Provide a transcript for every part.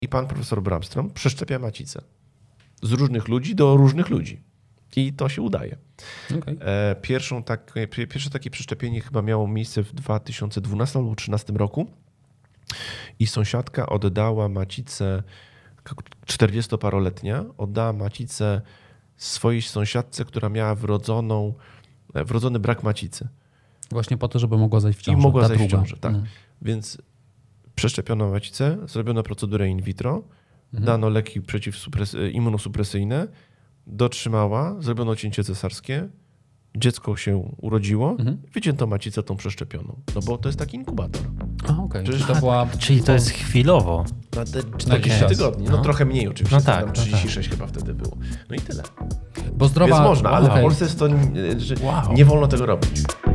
i pan profesor Bramstrom przeszczepia macicę. Z różnych ludzi do różnych ludzi. I to się udaje. Okay. Pierwsze takie przeszczepienie chyba miało miejsce w 2012 albo 2013 roku. I sąsiadka oddała macicę, 40-paroletnia, oddała macicę swojej sąsiadce, która miała wrodzony brak macicy. Właśnie po to, żeby mogła zajść w ciążę. I mogła zajść w ciążę, tak. Więc przeszczepiono macicę, zrobiono procedurę in vitro, dano leki immunosupresyjne, dotrzymała, zrobiono cięcie cesarskie, dziecko się urodziło, wycięto macicę tą przeszczepioną. No bo to jest taki inkubator. Okay. Czyli to jest chwilowo. Na te 40 tygodni. No trochę mniej oczywiście. No tak, tam 36 chyba wtedy było. No i tyle. Bo zdrowa... Więc można, ale w Polsce jest to, że nie wolno tego robić.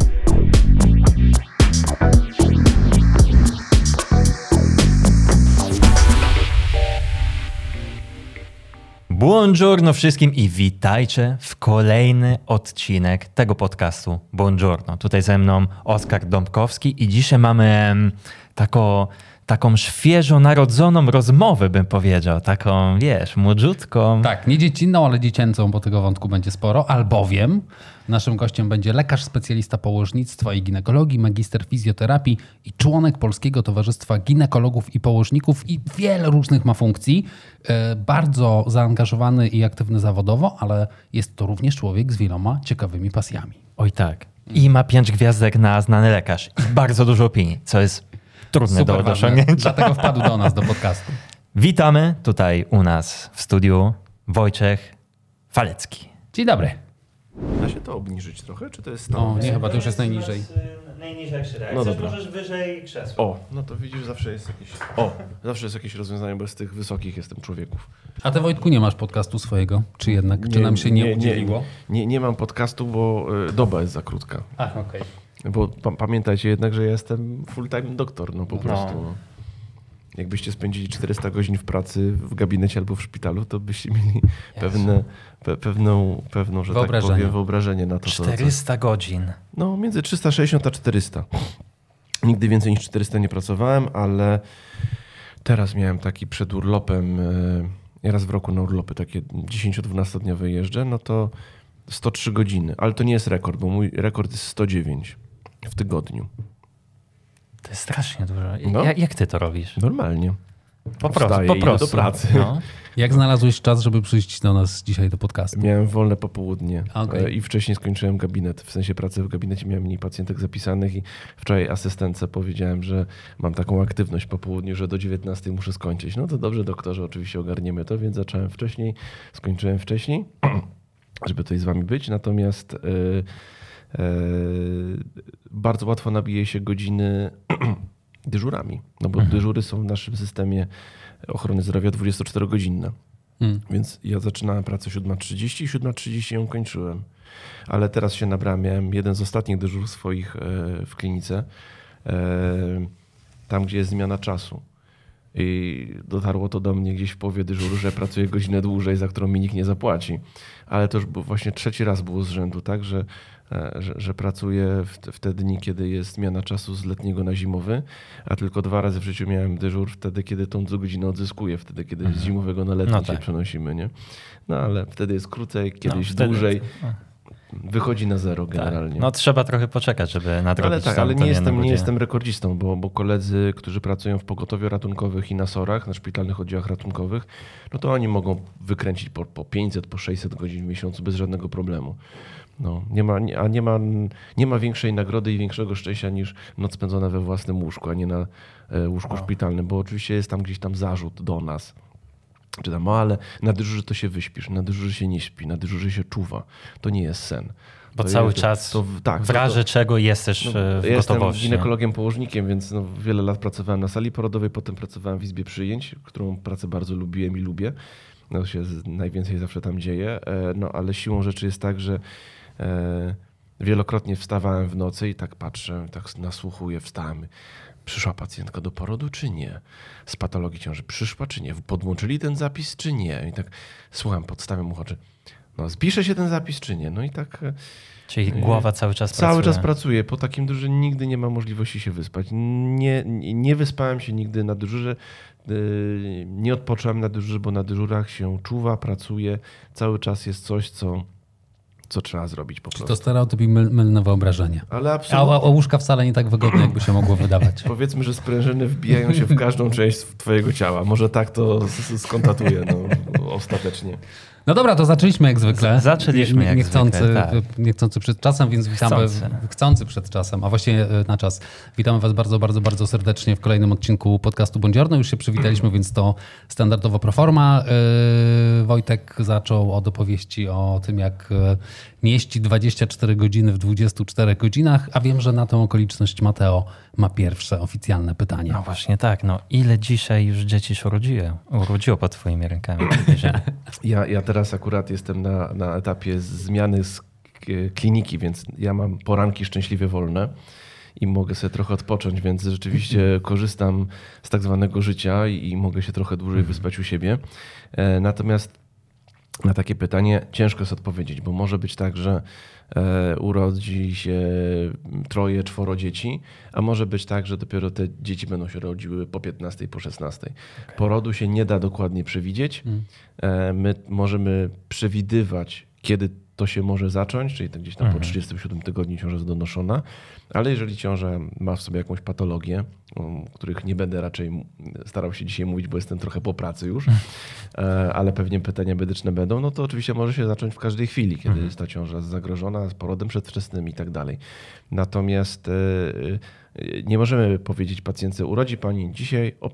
Buongiorno wszystkim i witajcie w kolejny odcinek tego podcastu Buongiorno. Tutaj ze mną Oskar Dąbkowski i dzisiaj mamy taką świeżo narodzoną rozmowę, bym powiedział. Taką, młodziutką. Tak, nie dziecinną, ale dziecięcą, bo tego wątku będzie sporo, albowiem naszym gościem będzie lekarz specjalista położnictwa i ginekologii, magister fizjoterapii i członek Polskiego Towarzystwa Ginekologów i Położników i wiele różnych ma funkcji. Bardzo zaangażowany i aktywny zawodowo, ale jest to również człowiek z wieloma ciekawymi pasjami. Oj tak. I ma 5 gwiazdek na znany lekarz i bardzo dużo opinii, co jest trudne do osiągnięcia. Dlatego wpadł do nas, do podcastu. Witamy tutaj u nas w studiu Wojciech Falecki. Dzień dobry. Da się to obniżyć trochę, czy to jest No, nie, chyba to już jest najniżej. Najniżej jak się da. No dobra. Możesz wyżej krzesło. O, no to widzisz, zawsze jest jakieś rozwiązanie, bo z tych wysokich jestem człowieków. A ty, Wojtku, nie masz podcastu swojego? Czy jednak? Czy nam się nie udzieliło? Nie mam podcastu, bo doba jest za krótka. Ach, okej. Bo pamiętajcie jednak, że ja jestem full-time doktor, no po prostu. No. Jakbyście spędzili 400 godzin w pracy w gabinecie albo w szpitalu, to byście mieli pewną, że tak powiem, wyobrażenie na to. 400 godzin. No, między 360 a 400. Nigdy więcej niż 400 nie pracowałem, ale teraz miałem taki przed urlopem, ja raz w roku na urlopy takie 10-12-dniowe jeżdżę, no to 103 godziny. Ale to nie jest rekord, bo mój rekord jest 109 w tygodniu. To jest strasznie dużo. No. Jak ty to robisz? Normalnie. Po prostu. do pracy. No. Jak znalazłeś czas, żeby przyjść do nas dzisiaj do podcastu? Miałem wolne popołudnie Okay. I wcześniej skończyłem gabinet. W sensie pracy w gabinecie miałem mniej pacjentek zapisanych i wczoraj asystentce powiedziałem, że mam taką aktywność po południu, że do 19 muszę skończyć. No to dobrze, doktorze, oczywiście ogarniemy to, więc zacząłem wcześniej, skończyłem wcześniej, żeby tutaj z wami być. Natomiast bardzo łatwo nabije się godziny dyżurami, no bo dyżury są w naszym systemie ochrony zdrowia 24-godzinne. Więc ja zaczynałem pracę o 7:30 i 7:30 ją kończyłem. Ale teraz się nabrałem, miałem jeden z ostatnich dyżurów swoich w klinice, tam gdzie jest zmiana czasu. I dotarło to do mnie gdzieś w połowie dyżuru, że pracuję godzinę dłużej, za którą mi nikt nie zapłaci. Ale to już właśnie 3. raz było z rzędu, tak, że pracuję w te dni, kiedy jest zmiana czasu z letniego na zimowy, a tylko 2 razy w życiu miałem dyżur wtedy, kiedy tą godzinę odzyskuję, wtedy, kiedy z zimowego na letni się przenosimy. Nie? No ale wtedy jest krócej, kiedyś dłużej. Wychodzi na zero generalnie. Tak. No trzeba trochę poczekać, żeby nadrobić. Ale nie jestem rekordzistą, bo koledzy, którzy pracują w pogotowiu ratunkowych i na SOR-ach, na szpitalnych oddziałach ratunkowych, no to oni mogą wykręcić po 500, po 600 godzin w miesiącu bez żadnego problemu. No, nie ma większej nagrody i większego szczęścia niż noc spędzona we własnym łóżku, a nie na łóżku szpitalnym, bo oczywiście jest tam gdzieś tam zarzut do nas. Czy tam, ale na dyżurze to się wyśpisz, na dyżurze się nie śpi, na dyżurze się czuwa. To nie jest sen. Bo cały czas w razie czego jesteś w gotowości. Jestem ginekologiem, położnikiem, więc wiele lat pracowałem na sali porodowej, potem pracowałem w izbie przyjęć, którą pracę bardzo lubiłem i lubię. No się najwięcej zawsze tam dzieje, no ale siłą rzeczy jest tak, że wielokrotnie wstawałem w nocy i tak patrzę, tak nasłuchuję, wstałem. Przyszła pacjentka do porodu, czy nie? Z patologii ciąży przyszła, czy nie? Podłączyli ten zapis, czy nie? I tak słucham, podstawiam ucho, no spisze się ten zapis, czy nie? No i tak... Czyli głowa cały czas pracuje. Cały czas pracuje. Po takim dyżurze nigdy nie ma możliwości się wyspać. Nie wyspałem się nigdy na dyżurze. nie odpocząłem na dyżurze, bo na dyżurach się czuwa, pracuje, cały czas jest coś, co trzeba zrobić po prostu. To stereotyp i mylne wyobrażenie. Ale A absolutnie. łóżka wcale nie tak wygodne, jakby się mogło wydawać. Powiedzmy, że sprężyny wbijają się w każdą część twojego ciała. Może tak to skontatuję ostatecznie. No dobra, to zaczęliśmy jak zwykle. Zaczęliśmy jak niechcący, zwykle, tak. Niechcący przed czasem, więc witamy. Chcący przed czasem, a właściwie na czas. Witamy was bardzo, bardzo, bardzo serdecznie w kolejnym odcinku podcastu Buongiorno. Już się przywitaliśmy, więc to standardowo proforma. Wojtek zaczął od opowieści o tym, jak mieści 24 godziny w 24 godzinach, a wiem, że na tę okoliczność Mateo ma pierwsze oficjalne pytanie. No właśnie tak, no ile dzisiaj już dzieci się urodziło pod twoimi rękami? Ja teraz akurat jestem na etapie zmiany z kliniki, więc ja mam poranki szczęśliwie wolne i mogę sobie trochę odpocząć, więc rzeczywiście korzystam z tak zwanego życia i mogę się trochę dłużej wyspać u siebie. Natomiast na takie pytanie ciężko jest odpowiedzieć, bo może być tak, że urodzi się 3, 4 dzieci, a może być tak, że dopiero te dzieci będą się rodziły po 15, po 16. Okay. Porodu się nie da dokładnie przewidzieć. My możemy przewidywać, kiedy to się może zacząć, czyli tak gdzieś tam po 37 tygodniu ciąża jest donoszona, ale jeżeli ciąża ma w sobie jakąś patologię, o których nie będę raczej starał się dzisiaj mówić, bo jestem trochę po pracy już, ale pewnie pytania medyczne będą, no to oczywiście może się zacząć w każdej chwili, kiedy jest ta ciąża zagrożona, z porodem przedwczesnym i tak dalej. Natomiast nie możemy powiedzieć pacjentce, urodzi pani dzisiaj o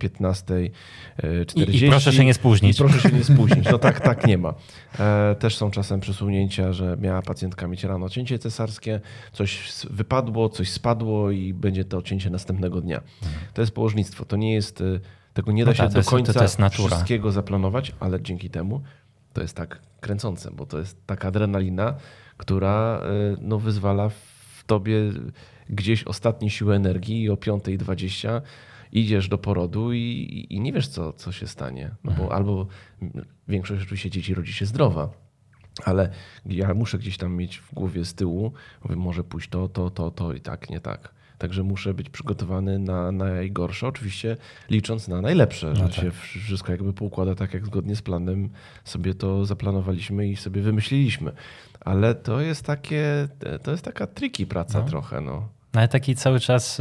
15:40. I proszę się nie spóźnić. I proszę się nie spóźnić. No tak nie ma. Też są czasem przesunięcia, że miała pacjentka mieć rano cięcie cesarskie, coś wypadło, coś spadło i będzie to cięcie następnego dnia. To jest położnictwo. To nie jest, tego nie da się do końca wszystkiego zaplanować, ale dzięki temu to jest tak kręcące, bo to jest taka adrenalina, która wyzwala w tobie gdzieś ostatnie siły energii i o 5:20 idziesz do porodu i nie wiesz, co się stanie. No bo albo większość oczywiście dzieci rodzi się zdrowa, ale ja muszę gdzieś tam mieć w głowie z tyłu, mówię, może pójść to i tak, nie tak. Także muszę być przygotowany na najgorsze, oczywiście licząc na najlepsze, że się wszystko jakby poukłada tak, jak zgodnie z planem sobie to zaplanowaliśmy i sobie wymyśliliśmy. Ale to jest taka tricky praca trochę. No. Ale taki cały czas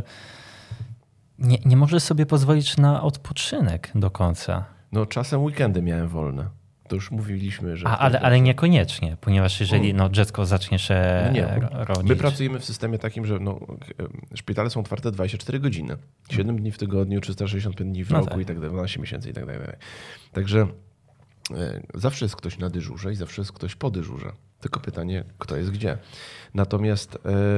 nie możesz sobie pozwolić na odpoczynek do końca. No czasem weekendy miałem wolne. To już mówiliśmy, że... Ale niekoniecznie, ponieważ jeżeli dziecko zacznie się rodzić... My pracujemy w systemie takim, że szpitale są otwarte 24 godziny. 7 dni w tygodniu, 365 dni w roku i tak dalej, 12 miesięcy i tak dalej. Także zawsze jest ktoś na dyżurze i zawsze jest ktoś po dyżurze. Tylko pytanie, kto jest gdzie. Natomiast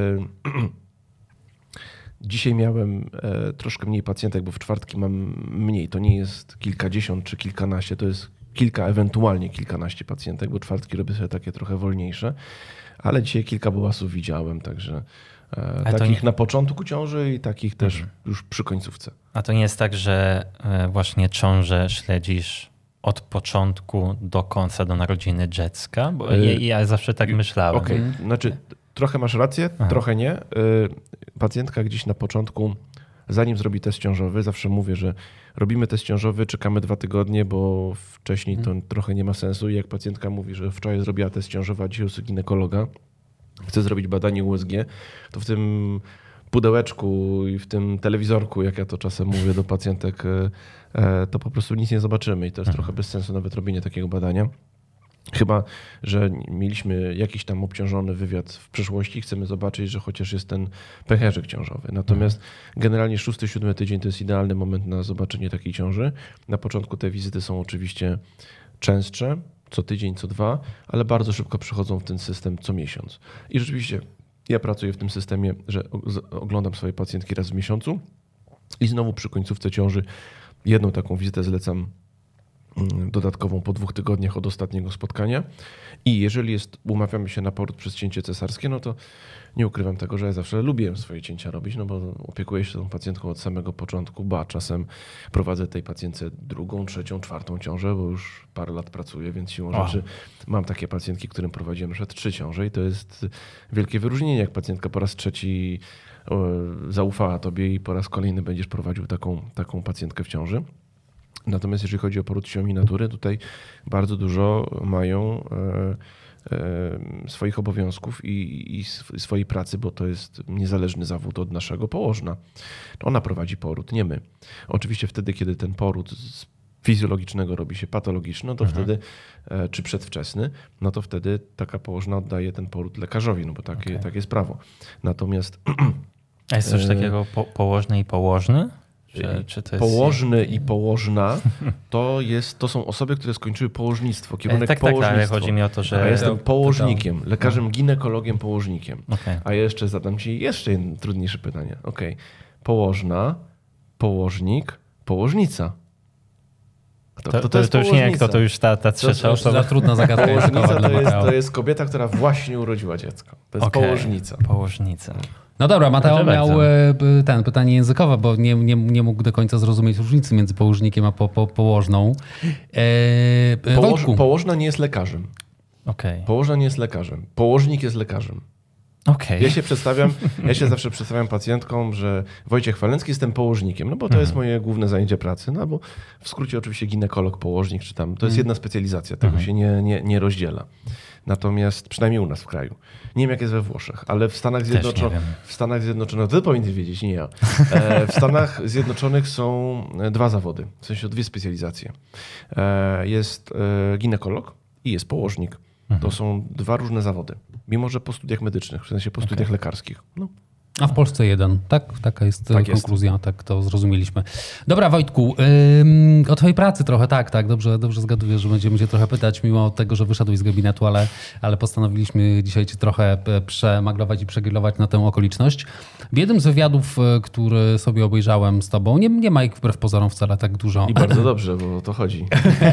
dzisiaj miałem troszkę mniej pacjentek, bo w czwartki mam mniej. To nie jest kilkadziesiąt czy kilkanaście, to jest ewentualnie kilkanaście pacjentek, bo czwartki robię sobie takie trochę wolniejsze, ale dzisiaj kilka bołasów widziałem, także takich na początku ciąży i takich też już przy końcówce. A to nie jest tak, że właśnie ciążę śledzisz od początku do końca, do narodziny dziecka? Bo ja zawsze tak myślałem. Okej, znaczy trochę masz rację, trochę nie. Pacjentka gdzieś na początku, zanim zrobi test ciążowy, zawsze mówię, że robimy test ciążowy, czekamy 2 tygodnie, bo wcześniej to trochę nie ma sensu. I jak pacjentka mówi, że wczoraj zrobiła test ciążowy, a dzisiaj u ginekologa, chce zrobić badanie USG, to w tym pudełeczku i w tym telewizorku, jak ja to czasem mówię do pacjentek, to po prostu nic nie zobaczymy i to jest trochę bez sensu nawet robienie takiego badania. Chyba że mieliśmy jakiś tam obciążony wywiad w przeszłości i chcemy zobaczyć, że chociaż jest ten pęcherzyk ciążowy. Natomiast generalnie 6-7 tydzień to jest idealny moment na zobaczenie takiej ciąży. Na początku te wizyty są oczywiście częstsze, co tydzień, co 2, ale bardzo szybko przechodzą w ten system co miesiąc. I rzeczywiście ja pracuję w tym systemie, że oglądam swoje pacjentki raz w miesiącu i znowu przy końcówce ciąży jedną taką wizytę zlecam dodatkową po 2 tygodniach od ostatniego spotkania. I jeżeli umawiamy się na poród przez cięcie cesarskie, no to nie ukrywam tego, że ja zawsze lubię swoje cięcia robić, no bo opiekuję się tą pacjentką od samego początku, czasem prowadzę tej pacjentce 2., 3., 4. ciążę, bo już parę lat pracuję, więc siłą rzeczy mam takie pacjentki, którym prowadziłem na przykład 3 ciąże i to jest wielkie wyróżnienie, jak pacjentka po raz 3 zaufała tobie i po raz kolejny będziesz prowadził taką pacjentkę w ciąży. Natomiast jeżeli chodzi o poród siłami natury, tutaj bardzo dużo mają swoich obowiązków i swojej pracy, bo to jest niezależny zawód od naszego położna. Ona prowadzi poród, nie my. Oczywiście wtedy, kiedy ten poród z fizjologicznego robi się patologiczny, no to wtedy, czy przedwczesny, no to wtedy taka położna oddaje ten poród lekarzowi, no bo takie jest prawo. Natomiast A jest coś takiego położny i położny? Czy to jest... Położny i położna to są osoby, które skończyły położnictwo, kierunek tak, położnictwo. ale chodzi mi o to, że... A ja jestem położnikiem, lekarzem ginekologiem, położnikiem. Okay. A jeszcze zadam ci jeszcze jedno trudniejsze pytanie. Okej. Położna, położnik, położnica. To jest już nie kto, to już ta trzecia osoba. Za trudna zagadka językowa dla Mateo. To jest kobieta, która właśnie urodziła dziecko. To jest położnica. Położnica. No dobra, Mateo miał bardzo. pytanie językowe, bo nie mógł do końca zrozumieć różnicy między położnikiem a położną. Wojtku. Położna nie jest lekarzem. Okay. Położna nie jest lekarzem. Położnik jest lekarzem. Okay. Ja się zawsze przedstawiam pacjentkom, że Wojciech Walencki, jestem położnikiem, no bo to jest moje główne zajęcie pracy, no bo w skrócie oczywiście ginekolog, położnik, czy tam, to jest jedna specjalizacja, tego się nie rozdziela. Natomiast przynajmniej u nas w kraju. Nie wiem, jak jest we Włoszech, ale w Stanach Zjednoczonych, ty powinieneś wiedzieć, nie ja. W Stanach Zjednoczonych są dwa zawody, w sensie dwie specjalizacje. Jest ginekolog i jest położnik. To są dwa różne zawody, mimo że po studiach medycznych, w sensie po studiach lekarskich. No. A w Polsce jeden, tak? Taka jest konkluzja, tak to zrozumieliśmy. Dobra, Wojtku, o twojej pracy trochę, tak, dobrze zgaduję, że będziemy cię trochę pytać, mimo tego, że wyszedłeś z gabinetu, ale postanowiliśmy dzisiaj cię trochę przemaglować i przegrillować na tę okoliczność. W jednym z wywiadów, który sobie obejrzałem z tobą, nie ma ich wbrew pozorom wcale tak dużo. I bardzo dobrze, bo o to chodzi.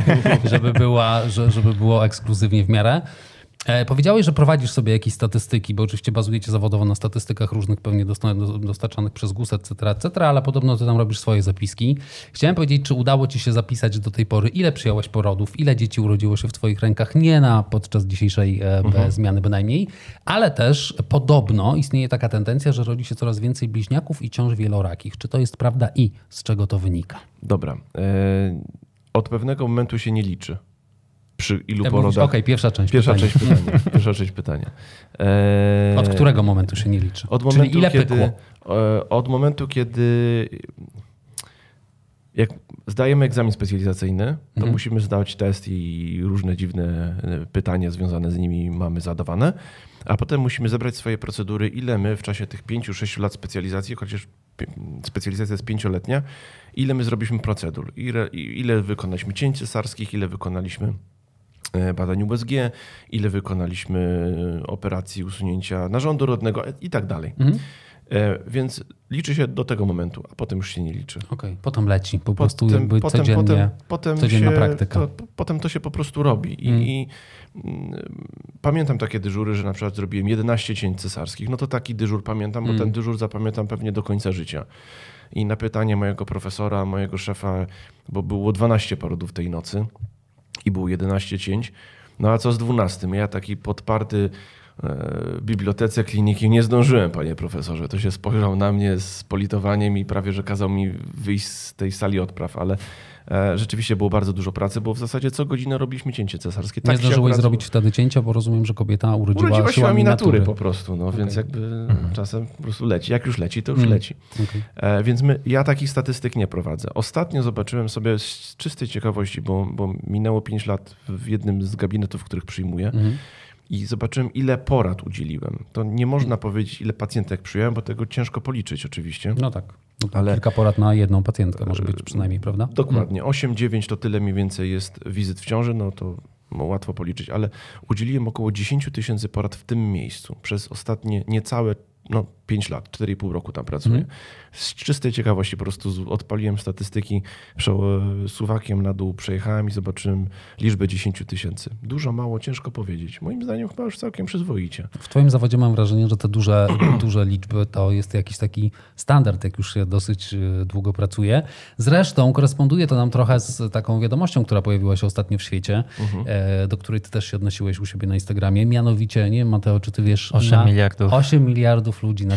żeby było ekskluzywnie w miarę. Powiedziałeś, że prowadzisz sobie jakieś statystyki, bo oczywiście bazujecie zawodowo na statystykach różnych pewnie dostarczanych przez GUS, etc., ale podobno ty tam robisz swoje zapiski. Chciałem powiedzieć, czy udało ci się zapisać do tej pory, ile przyjęłaś porodów, ile dzieci urodziło się w twoich rękach, nie podczas dzisiejszej zmiany bynajmniej, ale też podobno istnieje taka tendencja, że rodzi się coraz więcej bliźniaków i ciąż wielorakich. Czy to jest prawda i z czego to wynika? Dobra. Od pewnego momentu się nie liczy. Przy ilu porodach. Okej, pierwsza część pytania. Od którego momentu się nie liczy? Czyli ile pykło? Od momentu, kiedy jak zdajemy egzamin specjalizacyjny, to musimy zdać test i różne dziwne pytania związane z nimi mamy zadawane, a potem musimy zebrać swoje procedury, ile my w czasie tych 5-6 lat specjalizacji, chociaż specjalizacja jest 5-letnia, ile my zrobiliśmy procedur, ile wykonaliśmy cięć cesarskich, ile wykonaliśmy badań USG, ile wykonaliśmy operacji usunięcia narządu rodnego i tak dalej. Więc liczy się do tego momentu, a potem już się nie liczy. Okej, potem leci, po prostu codzienna praktyka. Potem to się po prostu robi. I pamiętam takie dyżury, że na przykład zrobiłem 11 cięć cesarskich. No to taki dyżur pamiętam, bo ten dyżur zapamiętam pewnie do końca życia. I na pytanie mojego profesora, mojego szefa, bo było 12 porodów tej nocy i było 11 cięć, no a co z 12? Ja taki podparty w bibliotece kliniki nie zdążyłem, panie profesorze. To się spojrzał na mnie z politowaniem i prawie, że kazał mi wyjść z tej sali odpraw, ale rzeczywiście było bardzo dużo pracy, bo w zasadzie co godzinę robiliśmy cięcie cesarskie. Nie zdążyłeś zrobić wtedy cięcia, bo rozumiem, że kobieta urodziła siłami natury po prostu, no, więc jakby czasem po prostu leci. Jak już leci, to już leci. Więc ja takich statystyk nie prowadzę. Ostatnio zobaczyłem sobie z czystej ciekawości, bo minęło 5 lat w jednym z gabinetów, w których przyjmuję, i zobaczyłem, ile porad udzieliłem. To nie można powiedzieć, ile pacjentek przyjąłem, bo tego ciężko policzyć oczywiście. No tak. Ale kilka porad na jedną pacjentkę może być przynajmniej, prawda? Dokładnie. 8-9 to tyle mniej więcej jest wizyt w ciąży, no to łatwo policzyć, ale udzieliłem około 10 000 porad w tym miejscu przez ostatnie niecałe 5 lat, 4,5 roku tam pracuję. Z czystej ciekawości po prostu odpaliłem statystyki, suwakiem na dół przejechałem i zobaczyłem liczbę 10 000. Dużo, mało, ciężko powiedzieć. Moim zdaniem chyba już całkiem przyzwoicie. W twoim zawodzie mam wrażenie, że te duże liczby to jest jakiś taki standard, jak już się dosyć długo pracuje. Zresztą koresponduje to nam trochę z taką wiadomością, która pojawiła się ostatnio w świecie, do której ty też się odnosiłeś u siebie na Instagramie. Mianowicie, nie wiem, Mateo, czy ty wiesz, 8 miliardów. 8 miliardów ludzi na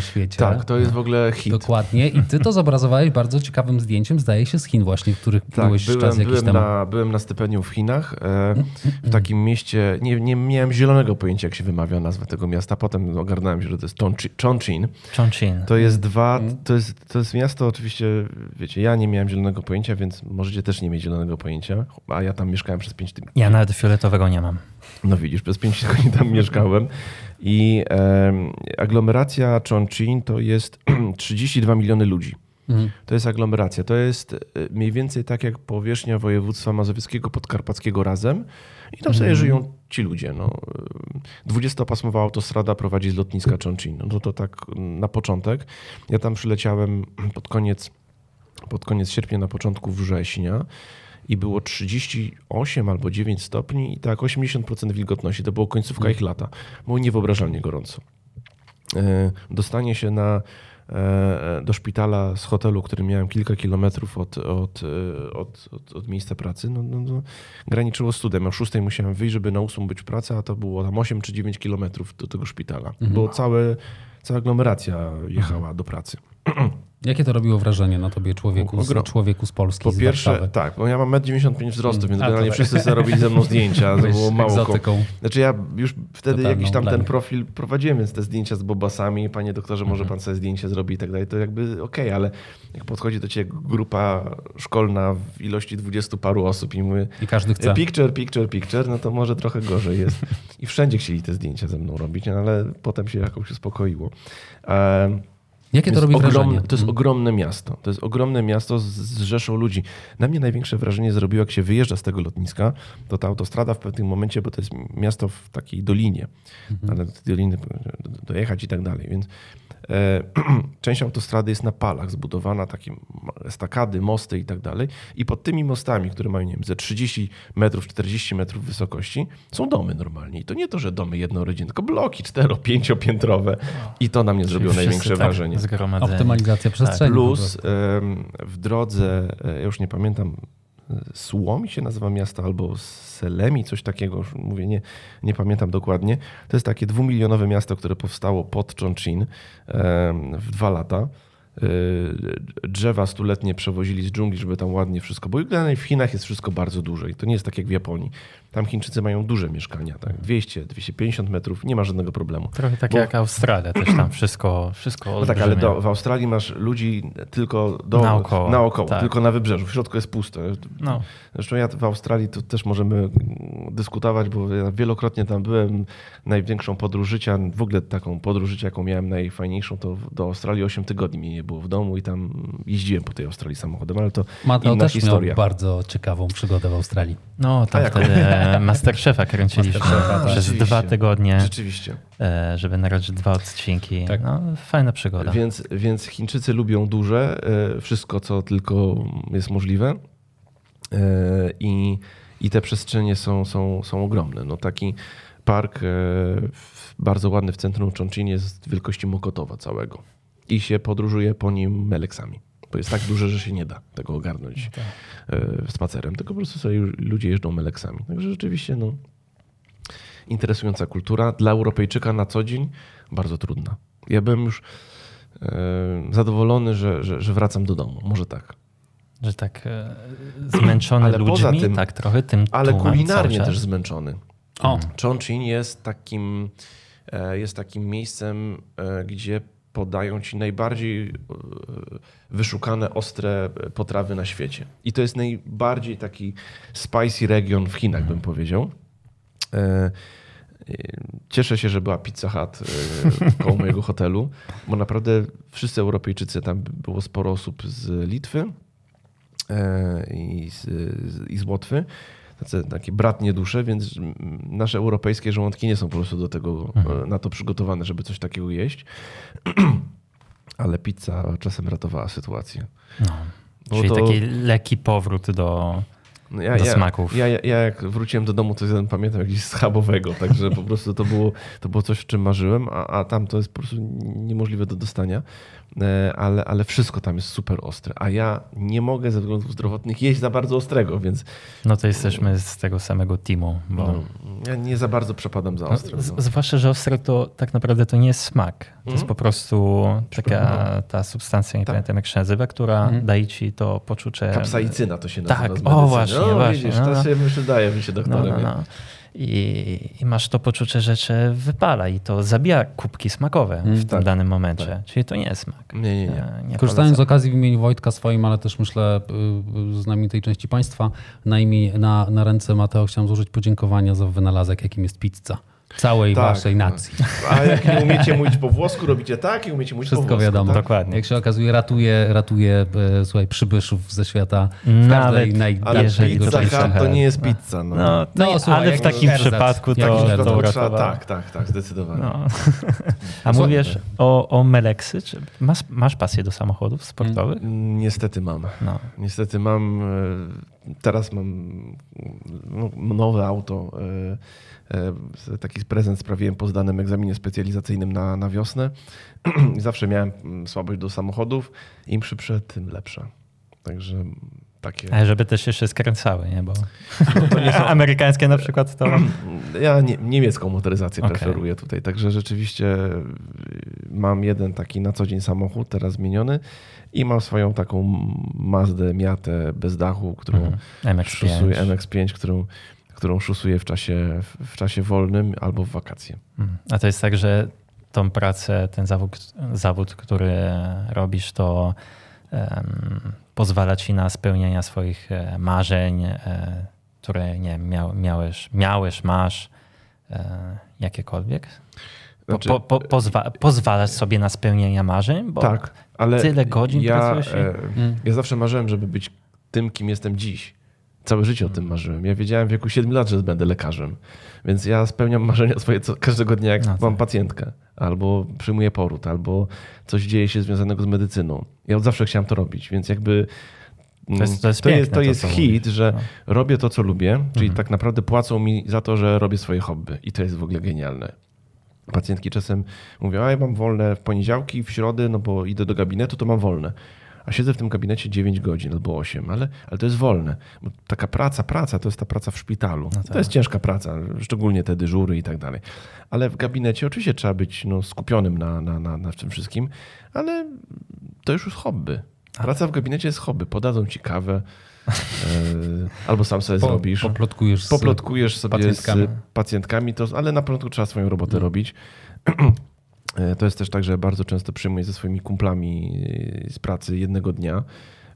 świecie. Tak, to jest w ogóle hit. Dokładnie. I ty to zobrazowałeś bardzo ciekawym zdjęciem, zdaje się, z Chin właśnie, w których byłeś czas jakiś temu. Byłem na stypendium w Chinach, w takim mieście, nie miałem zielonego pojęcia, jak się wymawia nazwa tego miasta. Potem ogarnąłem się, że to jest Chongqing. To jest To jest miasto, oczywiście, wiecie, ja nie miałem zielonego pojęcia, więc możecie też nie mieć zielonego pojęcia, a ja tam mieszkałem przez 5 tygodni. Ja nawet fioletowego nie mam. No widzisz, przez 5 tygodni tam mieszkałem i aglomeracja Chongqing to jest 32 miliony ludzi. To jest aglomeracja. To jest mniej więcej tak jak powierzchnia województwa mazowieckiego, podkarpackiego razem i tam sobie żyją ci ludzie. No. 20-pasmowa autostrada prowadzi z lotniska Chongqing. No to tak na początek. Ja tam przyleciałem pod koniec sierpnia, na początku września i było 38 albo 9 stopni i tak 80% wilgotności. To było końcówka ich lata. Było niewyobrażalnie gorąco. Dostanie się do szpitala z hotelu, który miałem kilka kilometrów od miejsca pracy, no, graniczyło z studem. O 6 musiałem wyjść, żeby na 8 być w pracy, a to było tam 8 czy 9 kilometrów do tego szpitala. Bo cała aglomeracja jechała do pracy. Jakie to robiło wrażenie na tobie, człowieku z Polski, po z pierwsze, Warszawy? tak, bo ja mam 1,95 m wzrostu, więc generalnie wszyscy sobie robili ze mną zdjęcia. To było mało. Znaczy ja już wtedy jakiś tam ten profil prowadziłem, więc te zdjęcia z bobasami, panie doktorze, może pan sobie zdjęcie zrobi i tak dalej, to jakby okej, ale jak podchodzi do ciebie grupa szkolna w ilości 20 paru osób i mówię, i każdy chce picture, no to może trochę gorzej jest. I wszędzie chcieli te zdjęcia ze mną robić, ale potem się jakoś uspokoiło. Jakie to robi wrażenie? To jest ogromne miasto. To jest ogromne miasto z rzeszą ludzi. Na mnie największe wrażenie zrobiło, jak się wyjeżdża z tego lotniska, to ta autostrada w pewnym momencie, bo to jest miasto w takiej dolinie, ale do tej doliny dojechać i tak dalej. Więc część autostrady jest na palach zbudowana, takie estakady, mosty i tak dalej. I pod tymi mostami, które mają, nie wiem, ze 30 metrów, 40 metrów wysokości, są domy normalnie. I to nie to, że domy jednorodzinne, tylko bloki 4-5-piętrowe. I to na mnie zrobiło największe wrażenie. Optymalizacja przestrzeni. Plus w drodze, ja już nie pamiętam, Suomi się nazywa miasto, albo Selemi, coś takiego, już mówię, nie pamiętam dokładnie. To jest takie 2-milionowe miasto, które powstało pod Chongqing w 2 lata. Drzewa stuletnie przewozili z dżungli, żeby tam ładnie wszystko, bo w Chinach jest wszystko bardzo duże i to nie jest tak jak w Japonii. Tam Chińczycy mają duże mieszkania, tak? 200-250 metrów, nie ma żadnego problemu. Trochę tak jak Australia, też tam wszystko no tak, ale w Australii masz ludzi tylko naokoło tak. Tylko na wybrzeżu, w środku jest pusto. No. Zresztą ja w Australii to też możemy dyskutować, bo ja wielokrotnie tam byłem. Największą podróż życia, w ogóle taką podróż życia, jaką miałem najfajniejszą, to do Australii 8 tygodni mnie nie było w domu i tam jeździłem po tej Australii samochodem, ale to Mateo inna też historia. Miał bardzo ciekawą przygodę w Australii. No, tam wtedy Masterchefa kręciliśmy przez 2 tygodnie. Rzeczywiście. Żeby nagrać 2 odcinki. Tak. No, fajna przygoda. Więc Chińczycy lubią duże, wszystko co tylko jest możliwe i te przestrzenie są ogromne. No, taki park bardzo ładny w centrum Chongqing jest wielkości Mokotowa całego i się podróżuje po nim meleksami. Bo jest tak duże, że się nie da tego ogarnąć spacerem, tylko po prostu sobie ludzie jeżdżą meleksami. Także rzeczywiście interesująca kultura. Dla Europejczyka na co dzień bardzo trudna. Ja byłem już zadowolony, że wracam do domu. Może tak. Że tak zmęczony ale ludźmi, poza tym, tak trochę tym ale kulinarnie też zmęczony. O. Chongqing jest takim miejscem, gdzie podają ci najbardziej wyszukane, ostre potrawy na świecie. I to jest najbardziej taki spicy region w Chinach, bym powiedział. Cieszę się, że była Pizza Hut koło mojego hotelu, bo naprawdę wszyscy Europejczycy, tam było sporo osób z Litwy i z Łotwy, takie bratnie dusze, więc nasze europejskie żołądki nie są po prostu do tego, na to przygotowane, żeby coś takiego jeść. Ale pizza czasem ratowała sytuację. No. Czyli taki lekki powrót do do smaków. Ja jak wróciłem do domu, to pamiętam jakiś schabowego, także po prostu to było coś, o czym marzyłem, a tam to jest po prostu niemożliwe do dostania. Ale wszystko tam jest super ostre, a ja nie mogę ze względów zdrowotnych jeść za bardzo ostrego, więc... No to jesteśmy z tego samego teamu. Bo... ja nie za bardzo przepadam za ostre. Zwłaszcza, że ostre to tak naprawdę to nie jest smak. To jest po prostu taka ta substancja, nie pamiętam jak się nazywa, która daje ci to poczucie... Kapsaicyna to się nazywa. Tak, z medycyny. właśnie. Widzisz, to się wydaje mi się doktorem. I masz to poczucie, że cię wypala i to zabija kubki smakowe w tym danym momencie. Tak. Czyli to nie jest smak. Nie. Korzystając z okazji w imieniu Wojtka swoim, ale też myślę znamienitej części państwa, na ręce Mateo chciałem złożyć podziękowania za wynalazek, jakim jest pizza. Całej waszej nacji. A jak nie umiecie mówić po włosku, robicie tak i umiecie mówić wszystko po włosku. Wiadomo. Tak? Dokładnie. Jak się okazuje, ratuje słuchaj, przybyszów ze świata w Ale pizza to nie jest pizza. Ale w takim przypadku to uratowało. Tak, zdecydowanie. A mówisz o Meleksy? Czy masz pasję do samochodów sportowych? Niestety mam. Niestety mam. Teraz mam nowe auto. Taki prezent sprawiłem po zdanym egzaminie specjalizacyjnym na wiosnę. Zawsze miałem słabość do samochodów. Im szybsze, tym lepsze. Także takie... Ale żeby też jeszcze skręcały, nie? Bo to nie są... amerykańskie na przykład to... Ja niemiecką motoryzację preferuję tutaj. Także rzeczywiście mam jeden taki na co dzień samochód, teraz zmieniony. I mam swoją taką Mazdę Miatę bez dachu, którą szusuję, MX-5, którą szusuję w czasie wolnym albo w wakacje. A to jest tak, że tą pracę, ten zawód, który robisz, to pozwala ci na spełnianie swoich marzeń, które nie masz, jakiekolwiek? Znaczy, pozwalasz sobie na spełnienie marzeń? Bo tak, ale tyle godzin pracujesz? Ja zawsze marzyłem, żeby być tym, kim jestem dziś. Całe życie o tym marzyłem. Ja wiedziałem w wieku 7 lat, że będę lekarzem. Więc ja spełniam marzenia swoje każdego dnia, jak mam pacjentkę. Albo przyjmuję poród, albo coś dzieje się związanego z medycyną. Ja od zawsze chciałem to robić, więc jakby to jest hit, że robię to, co lubię, czyli tak naprawdę płacą mi za to, że robię swoje hobby. I to jest w ogóle genialne. Pacjentki czasem mówią, ja mam wolne w poniedziałki, w środę, no bo idę do gabinetu, to mam wolne. A siedzę w tym gabinecie 9 godzin albo 8, ale to jest wolne. Bo taka praca to jest ta praca w szpitalu. To jest ciężka praca, szczególnie te dyżury i tak dalej. Ale w gabinecie oczywiście trzeba być skupionym na tym wszystkim, ale to już jest hobby. Praca w gabinecie jest hobby. Podadzą ci kawę, albo sam sobie zrobisz. Poplotkujesz sobie z pacjentkami, ale na początku trzeba swoją robotę robić. To jest też tak, że bardzo często przyjmuję ze swoimi kumplami z pracy jednego dnia.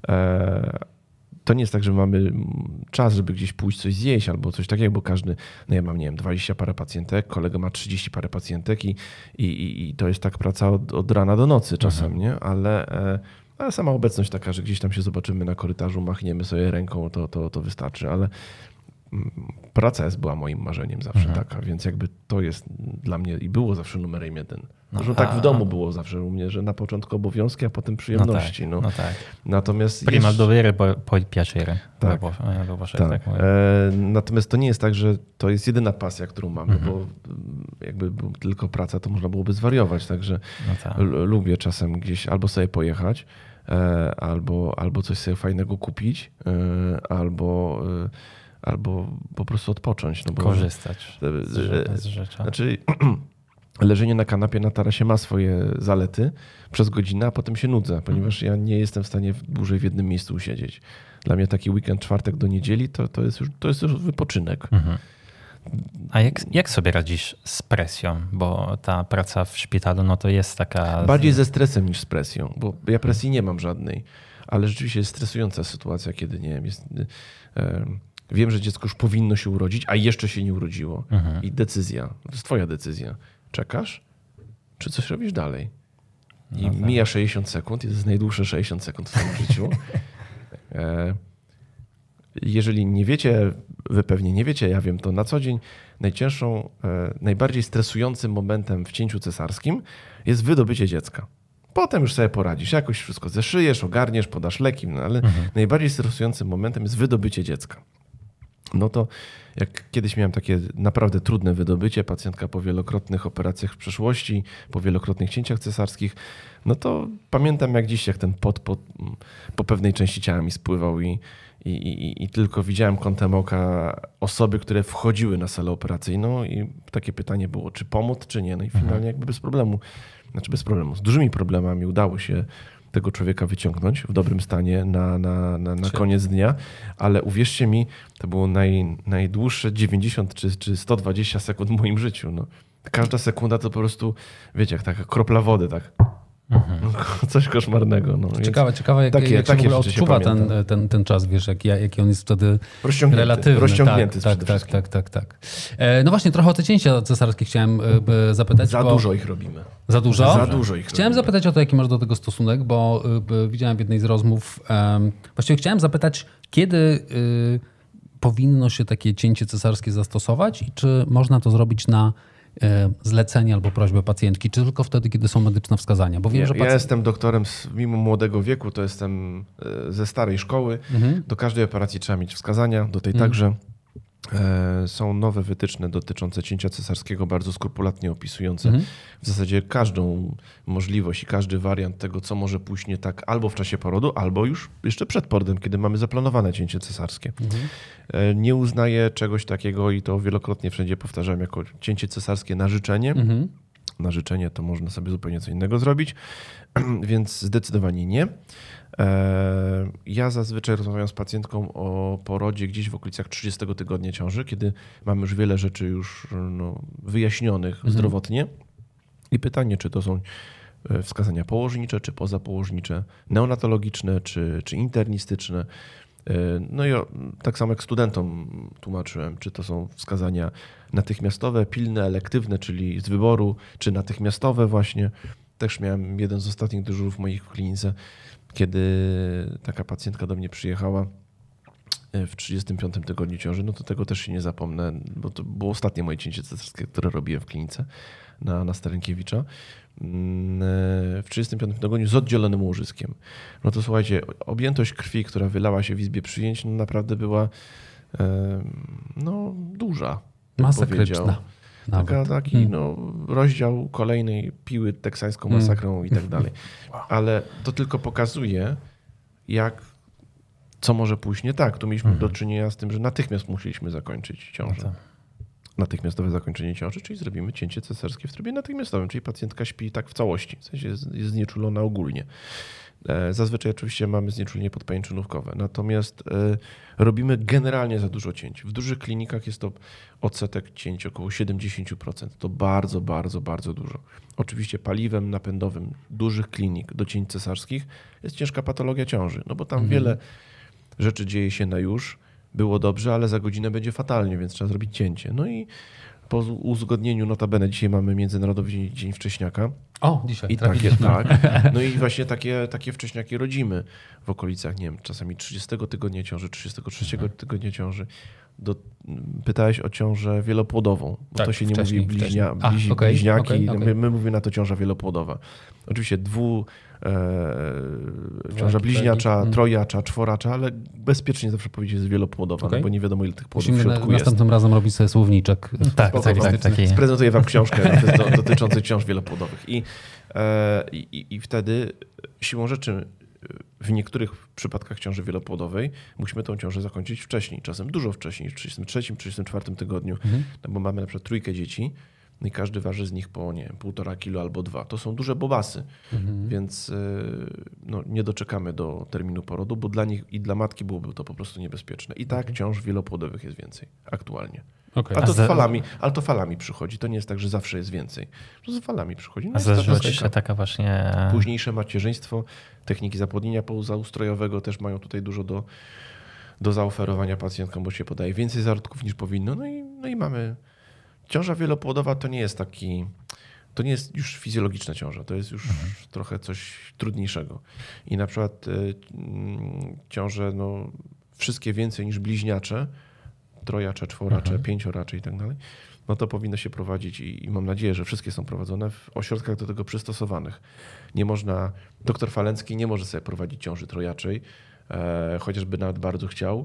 To nie jest tak, że mamy czas, żeby gdzieś pójść coś zjeść albo coś takiego, bo każdy, ja mam, 20 parę pacjentek, kolega ma 30 parę pacjentek i to jest tak praca od rana do nocy czasem, nie? Ale sama obecność taka, że gdzieś tam się zobaczymy na korytarzu, machniemy sobie ręką, to wystarczy, ale praca była moim marzeniem zawsze taka, więc jakby to jest dla mnie i było zawsze numerem 1. Zresztą tak w domu było zawsze u mnie, że na początku obowiązki, a potem przyjemności. No tak. Natomiast prima dovere, poi piacere. Tak. Natomiast to nie jest tak, że to jest jedyna pasja, którą mam, bo jakby tylko praca, to można byłoby zwariować. Także lubię czasem gdzieś albo sobie pojechać, albo coś sobie fajnego kupić, albo po prostu odpocząć. No bo korzystać z rzeczy. Znaczy, leżenie na kanapie na tarasie ma swoje zalety przez godzinę, a potem się nudzę, ponieważ ja nie jestem w stanie dłużej w jednym miejscu usiedzieć. Dla mnie taki weekend czwartek do niedzieli to jest już wypoczynek. A jak sobie radzisz z presją? Bo ta praca w szpitalu to jest taka... Bardziej ze stresem niż z presją, bo ja presji nie mam żadnej, ale rzeczywiście jest stresująca sytuacja, kiedy nie wiem, wiem, że dziecko już powinno się urodzić, a jeszcze się nie urodziło. I decyzja, to jest twoja decyzja. Czekasz, czy coś robisz dalej? I mija 60 sekund, to jest najdłuższe 60 sekund w swoim życiu. Jeżeli nie wiecie, wy pewnie nie wiecie, ja wiem to na co dzień, najcięższą, najbardziej stresującym momentem w cięciu cesarskim jest wydobycie dziecka. Potem już sobie poradzisz, jakoś wszystko zeszyjesz, ogarniesz, podasz leki, ale najbardziej stresującym momentem jest wydobycie dziecka. No to jak kiedyś miałem takie naprawdę trudne wydobycie, pacjentka po wielokrotnych operacjach w przeszłości, po wielokrotnych cięciach cesarskich, no to pamiętam jak dziś, jak ten pot po pewnej części ciała mi spływał i tylko widziałem kątem oka osoby, które wchodziły na salę operacyjną i takie pytanie było, czy pomóc, czy nie. No i finalnie jakby bez problemu, z dużymi problemami udało się tego człowieka wyciągnąć w dobrym stanie na koniec dnia, ale uwierzcie mi, to było najdłuższe 90 czy 120 sekund w moim życiu. No. Każda sekunda to po prostu, wiecie, jak taka kropla wody, tak. Coś koszmarnego. No. Ciekawe jak się w ogóle odczuwa ten czas, wiesz, jaki on jest wtedy relatywny. Rozciągnięty Tak. No właśnie, trochę o te cięcia cesarskie chciałem zapytać. Dużo ich robimy. Za dużo? Za dużo ich Chciałem zapytać o to, jaki masz do tego stosunek, bo widziałem w jednej z rozmów, właściwie chciałem zapytać, kiedy powinno się takie cięcie cesarskie zastosować i czy można to zrobić na zlecenie albo prośbę pacjentki, czy tylko wtedy, kiedy są medyczne wskazania? Bo wiem, że ja jestem doktorem mimo młodego wieku, to jestem ze starej szkoły. Do każdej operacji trzeba mieć wskazania, do tej także. Są nowe wytyczne dotyczące cięcia cesarskiego, bardzo skrupulatnie opisujące w zasadzie każdą możliwość i każdy wariant tego, co może pójść nie tak albo w czasie porodu, albo już jeszcze przed porodem, kiedy mamy zaplanowane cięcie cesarskie. Nie uznaję czegoś takiego i to wielokrotnie wszędzie powtarzam jako cięcie cesarskie na życzenie. Na życzenie to można sobie zupełnie co innego zrobić, więc zdecydowanie nie. Ja zazwyczaj rozmawiam z pacjentką o porodzie gdzieś w okolicach 30 tygodnia ciąży, kiedy mamy już wiele rzeczy już wyjaśnionych zdrowotnie. I pytanie, czy to są wskazania położnicze, czy pozapołożnicze, neonatologiczne, czy internistyczne. No i tak samo jak studentom tłumaczyłem, czy to są wskazania natychmiastowe, pilne, elektywne, czyli z wyboru, czy natychmiastowe właśnie. Też miałem jeden z ostatnich dyżurów w mojej klinice, kiedy taka pacjentka do mnie przyjechała w 35 tygodniu ciąży, no to tego też się nie zapomnę, bo to było ostatnie moje cięcie cesarskie, które robiłem w klinice na Starenkiewicza. W 35 tygodniu z oddzielonym łożyskiem. No to słuchajcie, objętość krwi, która wylała się w izbie przyjęć, no naprawdę była duża. Masakryczna. Taki rozdział kolejnej piły teksańską masakrą i tak dalej. Ale to tylko pokazuje, co może pójść nie tak. Tu mieliśmy do czynienia z tym, że natychmiast musieliśmy zakończyć ciążę. Natychmiastowe zakończenie ciąży, czyli zrobimy cięcie cesarskie w trybie natychmiastowym, czyli pacjentka śpi tak w całości, w sensie jest znieczulona ogólnie. Zazwyczaj oczywiście mamy znieczulenie podpajęczynówkowe, natomiast robimy generalnie za dużo cięć. W dużych klinikach jest to odsetek cięć około 70%. To bardzo, bardzo, bardzo dużo. Oczywiście paliwem napędowym dużych klinik do cięć cesarskich jest ciężka patologia ciąży, no bo tam wiele rzeczy dzieje się na już. Było dobrze, ale za godzinę będzie fatalnie, więc trzeba zrobić cięcie. No i po uzgodnieniu, notabene dzisiaj mamy Międzynarodowy Dzień Wcześniaka. O, dzisiaj. I No i właśnie takie wcześniaki rodzimy w okolicach, nie wiem, czasami 30 tygodnia ciąży, 33 tygodnia ciąży. Pytałeś o ciążę wielopłodową, bo to się nie mówi bliźniaki. My mówimy na to ciąża wielopłodowa. Oczywiście ciąża bliźniacza, trojacza, czworacza, ale bezpiecznie zawsze powiedzieć jest wielopłodowa, no bo nie wiadomo ile tych płodów w środku jest. Następnym razem robić sobie słowniczek. Tak. Sprezentuję wam książkę dotyczącą ciąż wielopłodowych. I wtedy siłą rzeczy w niektórych przypadkach ciąży wielopłodowej musimy tą ciążę zakończyć wcześniej, czasem dużo wcześniej, w 33, 34 tygodniu, no bo mamy na przykład 3 dzieci i każdy waży z nich po 1,5 kilo albo 2. To są duże bobasy, więc nie doczekamy do terminu porodu, bo dla nich i dla matki byłoby to po prostu niebezpieczne. I tak ciąż wielopłodowych jest więcej aktualnie. Okay. Ale to falami przychodzi. To nie jest tak, że zawsze jest więcej. To z falami przychodzi. A zdarzyła ci się taka właśnie... Późniejsze macierzyństwo, techniki zapłodnienia pozaustrojowego też mają tutaj dużo do zaoferowania pacjentkom, bo się podaje więcej zarodków niż powinno. No i mamy... Ciąża wielopłodowa to nie jest to nie jest już fizjologiczna ciąża, to jest już trochę coś trudniejszego. I na przykład ciąże wszystkie więcej niż bliźniacze, trojacze, czworacze, pięcioracze i tak dalej, no to powinno się prowadzić i mam nadzieję, że wszystkie są prowadzone w ośrodkach do tego przystosowanych. Nie można, doktor Falencki nie może sobie prowadzić ciąży trojaczej, chociażby nawet bardzo chciał,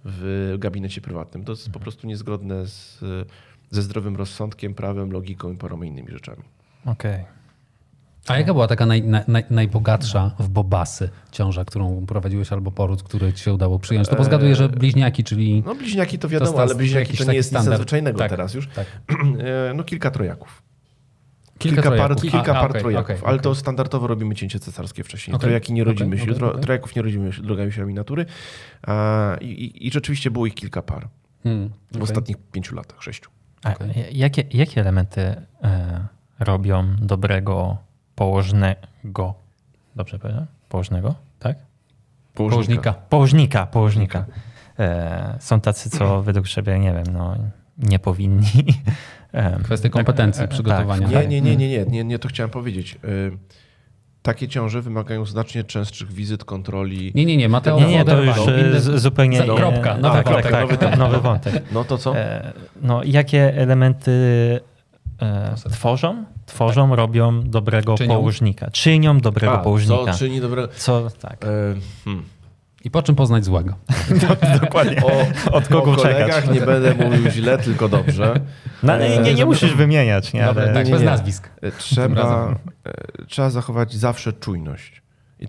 w gabinecie prywatnym. To jest po prostu niezgodne ze zdrowym rozsądkiem, prawem, logiką i paroma innymi rzeczami. Okej. A jaka była taka najbogatsza w bobasy ciąża, którą prowadziłeś, albo poród, który ci się udało przyjąć? To bo zgaduję, że bliźniaki, czyli... No bliźniaki to wiadomo, To ale bliźniaki jakiś to nie taki jest nic standard. nadzwyczajnego Tak, teraz już. tak. No kilka trojaków. Kilka trojaków. Kilka par Okej, trojaków, okej, ale okej. to standardowo robimy cięcie cesarskie wcześniej. Okej, Trojaki nie rodzimy okej, okej. trojaków nie rodzimy drogami siaminatury. I rzeczywiście było ich kilka par w ostatnich 5 latach, 6. A jakie elementy robią dobrego położnego? Dobrze powiedziałem? Położnego, tak? Położnika. Są tacy, co według siebie, nie wiem, no, nie powinni. Kwestie kompetencji, przygotowania. Tak. Nie, to chciałem powiedzieć. Takie ciąże wymagają znacznie częstszych wizyt, kontroli. Nie, Mateo. Nie, to już inne- zupełnie... Kropka, nowy wątek. nowy wątek. No to co? No, jakie elementy tworzą, robią dobrego położnika? Czynią dobrego położnika. Co czyni dobrego? Tak. I po czym poznać złego? Dokładnie. Od kogo o czekać? kolegach nie będę mówił źle, tylko dobrze. No, ale nie musisz wymieniać. Nie? Dobra, Ale... tak, bez nazwisk. Trzeba zachować zawsze czujność. I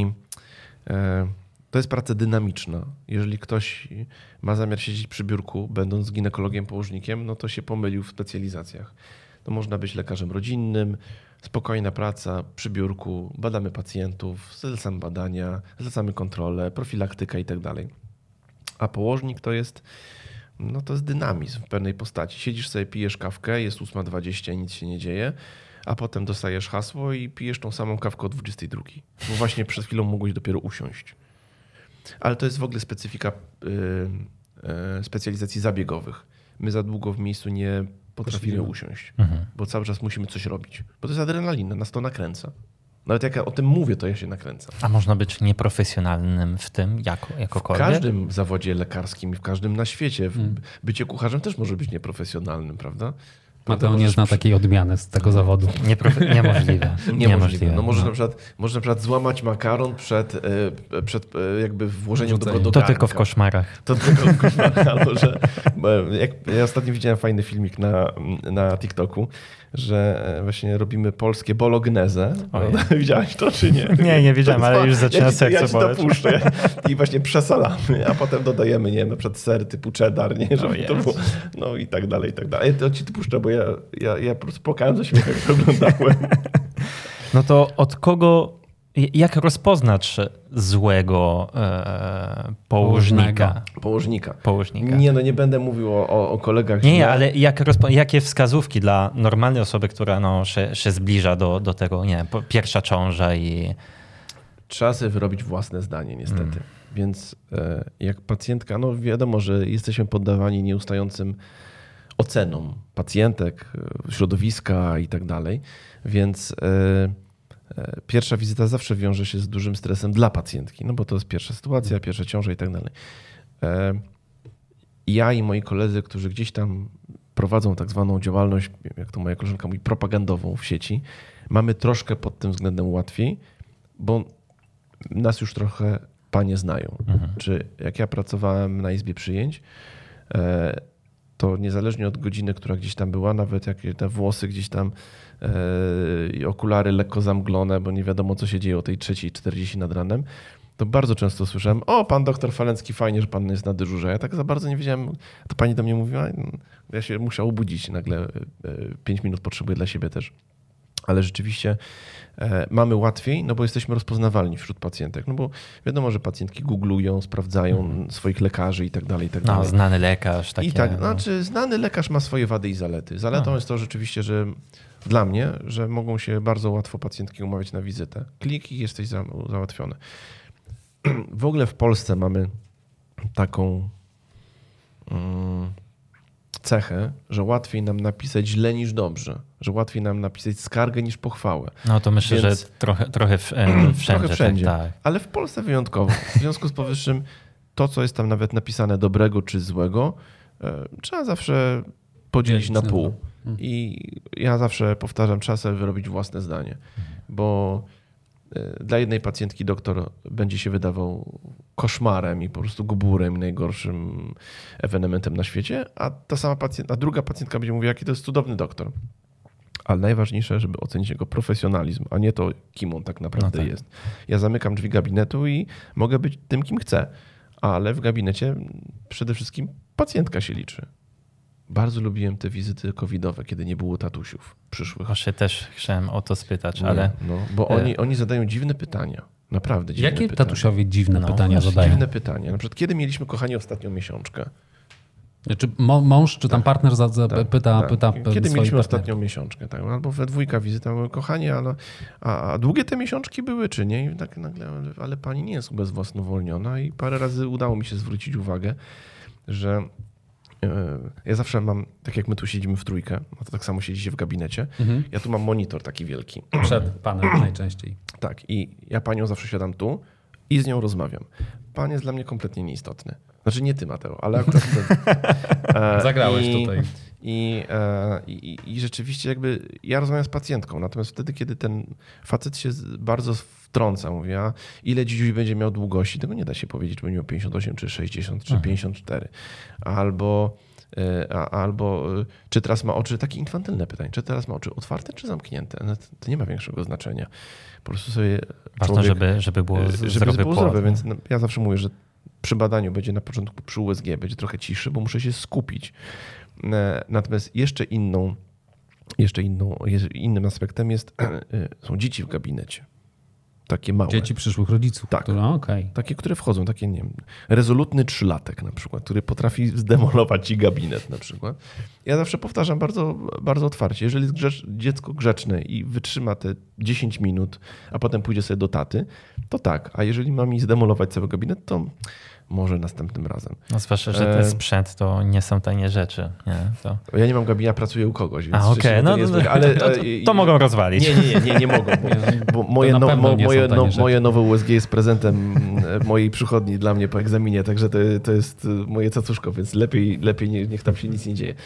to jest praca dynamiczna. Jeżeli ktoś ma zamiar siedzieć przy biurku, będąc ginekologiem, położnikiem, no to się pomylił w specjalizacjach. To można być lekarzem rodzinnym, spokojna praca przy biurku, badamy pacjentów, zlecamy badania, zlecamy kontrolę, profilaktyka i tak dalej. A położnik to jest dynamizm w pewnej postaci. Siedzisz sobie, pijesz kawkę, jest 8:20, nic się nie dzieje, a potem dostajesz hasło i pijesz tą samą kawkę o 22. Bo właśnie przed chwilą mogłeś dopiero usiąść. Ale to jest w ogóle specyfika specjalizacji zabiegowych. My za długo w miejscu nie potrafimy usiąść, bo cały czas musimy coś robić. Bo to jest adrenalina, nas to nakręca. Nawet jak ja o tym mówię, to ja się nakręcam. A można być nieprofesjonalnym w tym jakokolwiek? W każdym zawodzie lekarskim i w każdym na świecie. Bycie kucharzem też może być nieprofesjonalnym, prawda? Mateo nie zna takiej odmiany z tego zawodu. Niemożliwe. No może na przykład złamać makaron przed jakby włożeniem do garnka. To tylko w koszmarach. To tylko w koszmarach. Albo że, ja ostatnio widziałem fajny filmik na TikToku, że właśnie robimy polskie bolognese. Widziałeś to, czy nie? Nie wiedziałem, ale już zaczyna serce boleć. Ja ci to puszczę i właśnie przesalamy, a potem dodajemy, nie wiem, na przykład ser typu cheddar, nie? Żeby to było, no i tak dalej, i tak dalej. To ci to puszczę, bo ja po prostu płakałem ze śmiechu, jak to oglądałem. No to od kogo, jak rozpoznać złego położnika? Położnika. Nie będę mówił o kolegach. Nie, ale jakie wskazówki dla normalnej osoby, która się zbliża do tego, nie wiem, pierwsza ciąża i... Trzeba sobie wyrobić własne zdanie niestety. Więc jak pacjentka, no wiadomo, że jesteśmy poddawani nieustającym ocenom pacjentek, środowiska i tak dalej, więc pierwsza wizyta zawsze wiąże się z dużym stresem dla pacjentki, no bo to jest pierwsza sytuacja, pierwsza ciąża i tak dalej. Ja i moi koledzy, którzy gdzieś tam prowadzą tak zwaną działalność, jak to moja koleżanka mówi, propagandową w sieci, mamy troszkę pod tym względem łatwiej, bo nas już trochę panie znają. Czy jak ja pracowałem na izbie przyjęć, to niezależnie od godziny, która gdzieś tam była, nawet jak te włosy gdzieś tam i okulary lekko zamglone, bo nie wiadomo, co się dzieje o tej 3:40 nad ranem, to bardzo często słyszałem: o, pan doktor Falencki, fajnie, że pan jest na dyżurze. Ja tak za bardzo nie wiedziałem, to pani do mnie mówiła, ja się musiał obudzić nagle, 5 minut potrzebuję dla siebie też. Ale rzeczywiście mamy łatwiej, no bo jesteśmy rozpoznawalni wśród pacjentek. No bo wiadomo, że pacjentki googlują, sprawdzają swoich lekarzy i tak dalej, i tak dalej. No, znany lekarz. Takie, I tak, znaczy znany lekarz ma swoje wady i zalety. Zaletą jest to rzeczywiście, że dla mnie, że mogą się bardzo łatwo pacjentki umawiać na wizytę. Klik i jesteś załatwiony. W ogóle w Polsce mamy taką cechę, że łatwiej nam napisać źle niż dobrze. Że łatwiej nam napisać skargę niż pochwałę. No to myślę, że trochę wszędzie. Tak. Ale w Polsce wyjątkowo. W związku z powyższym to, co jest tam nawet napisane dobrego czy złego, trzeba zawsze podzielić na pół. I ja zawsze powtarzam, trzeba sobie wyrobić własne zdanie. Bo dla jednej pacjentki doktor będzie się wydawał koszmarem i po prostu gburem, najgorszym ewenementem na świecie, a druga pacjentka będzie mówiła, jaki to jest cudowny doktor. Ale najważniejsze, żeby ocenić jego profesjonalizm, a nie to, kim on tak naprawdę jest. Ja zamykam drzwi gabinetu i mogę być tym, kim chcę, ale w gabinecie przede wszystkim pacjentka się liczy. Bardzo lubiłem te wizyty covidowe, kiedy nie było tatusiów przyszłych. Właśnie też chciałem o to spytać, ale... No, bo oni zadają dziwne pytania. Naprawdę dziwne Jakie pytania. tatusiowie dziwne pytania zadają? Dziwne pytania. Na przykład, kiedy mieliśmy, kochani, ostatnią miesiączkę? Czy mąż, czy tam partner pyta kiedy swoich mieliśmy ostatnią partnerów? miesiączkę? Tak? Albo we dwójka wizyta. Mówię, kochani, a długie te miesiączki były, czy nie? I tak nagle, ale pani nie jest ubezwłasnowolniona i parę razy udało mi się zwrócić uwagę, że ja zawsze mam, tak jak my tu siedzimy w trójkę, no to tak samo siedzicie w gabinecie, ja tu mam monitor taki wielki. Przed panem najczęściej. Tak, i ja panią zawsze siadam tu i z nią rozmawiam. Pan jest dla mnie kompletnie nieistotny. Znaczy nie ty, Mateo, ale akurat Zagrałeś tutaj. I rzeczywiście jakby ja rozmawiam z pacjentką, natomiast wtedy, kiedy ten facet się bardzo wtrąca, mówi, a ile dziś będzie miał długości, tego nie da się powiedzieć, czy będzie miał 58, czy 60, czy 54. Albo czy teraz ma oczy, takie infantylne pytanie, czy teraz ma oczy otwarte, czy zamknięte? No, to nie ma większego znaczenia. Po prostu sobie ważne, żeby było zdrowe. Więc ja zawsze mówię, że przy badaniu będzie na początku przy USG, będzie trochę ciszy, bo muszę się skupić. Natomiast innym aspektem są dzieci w gabinecie. Takie małe. Dzieci przyszłych rodziców. Tak. Takie, które wchodzą, takie nie wiem, rezolutny 3-latek na przykład, który potrafi zdemolować ci gabinet na przykład. Ja zawsze powtarzam bardzo, bardzo otwarcie, jeżeli jest dziecko grzeczne i wytrzyma te 10 minut, a potem pójdzie sobie do taty, to tak. A jeżeli ma mi zdemolować cały gabinet, to może następnym razem. No zwłaszcza, że ten sprzęt to nie są tanie rzeczy. Nie? Ja nie mam gabinetu, ja pracuję u kogoś. Więc okej. To mogą rozwalić. Nie mogą, bo moje nowe USG jest prezentem mojej przychodni dla mnie po egzaminie, także to jest moje cacuszko, więc lepiej niech tam się nic nie dzieje.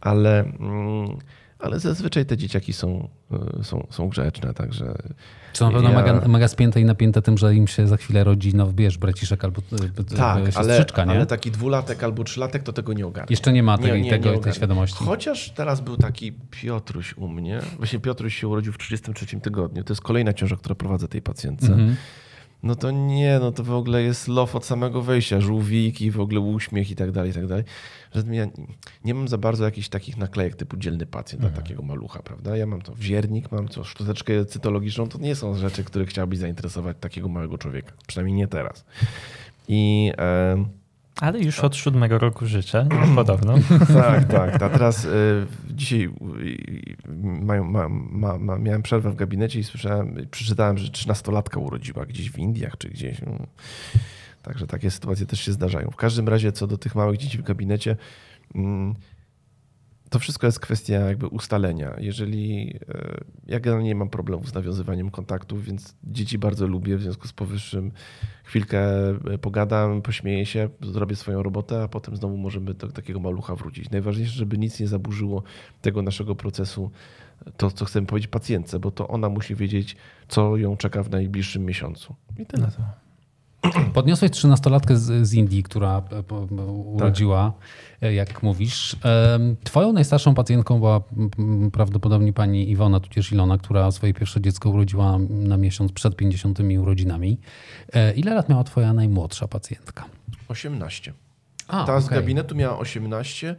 Ale zazwyczaj te dzieciaki są grzeczne, także... Co na pewno mega spięte i napięte tym, że im się za chwilę rodzi, braciszek albo siostrzyczka, nie? Ale taki 2-latek albo 3-latek to tego nie ogarnia. Jeszcze nie ma tej świadomości. Chociaż teraz był taki Piotruś u mnie. Właśnie Piotruś się urodził w 33 tygodniu. To jest kolejna ciąża, która prowadzę tej pacjentce. No to to w ogóle jest love od samego wejścia. Żółwiki, w ogóle uśmiech i tak dalej, i tak dalej. Że ja nie mam za bardzo jakichś takich naklejek typu dzielny pacjent dla takiego malucha, prawda? Ja mam to wziernik, mam to sztuczeczkę cytologiczną. To nie są rzeczy, które chciałbyś zainteresować takiego małego człowieka. Przynajmniej nie teraz. Ale już od 7 roku życia, podobno. Tak. A teraz dzisiaj miałem przerwę w gabinecie i przeczytałem, że 13-latka urodziła gdzieś w Indiach czy gdzieś. Także takie sytuacje też się zdarzają. W każdym razie co do tych małych dzieci w gabinecie, to wszystko jest kwestia jakby ustalenia. Ja generalnie nie mam problemów z nawiązywaniem kontaktów, więc dzieci bardzo lubię, w związku z powyższym chwilkę pogadam, pośmieję się, zrobię swoją robotę, a potem znowu możemy do takiego malucha wrócić. Najważniejsze, żeby nic nie zaburzyło tego naszego procesu, to co chcemy powiedzieć pacjentce, bo to ona musi wiedzieć, co ją czeka w najbliższym miesiącu. I tyle. Podniosłeś 13-latkę z Indii, która urodziła, jak mówisz. Twoją najstarszą pacjentką była prawdopodobnie pani Iwona, tudzież Ilona, która swoje pierwsze dziecko urodziła na miesiąc przed 50 urodzinami. Ile lat miała twoja najmłodsza pacjentka? 18. Ta z gabinetu miała 18.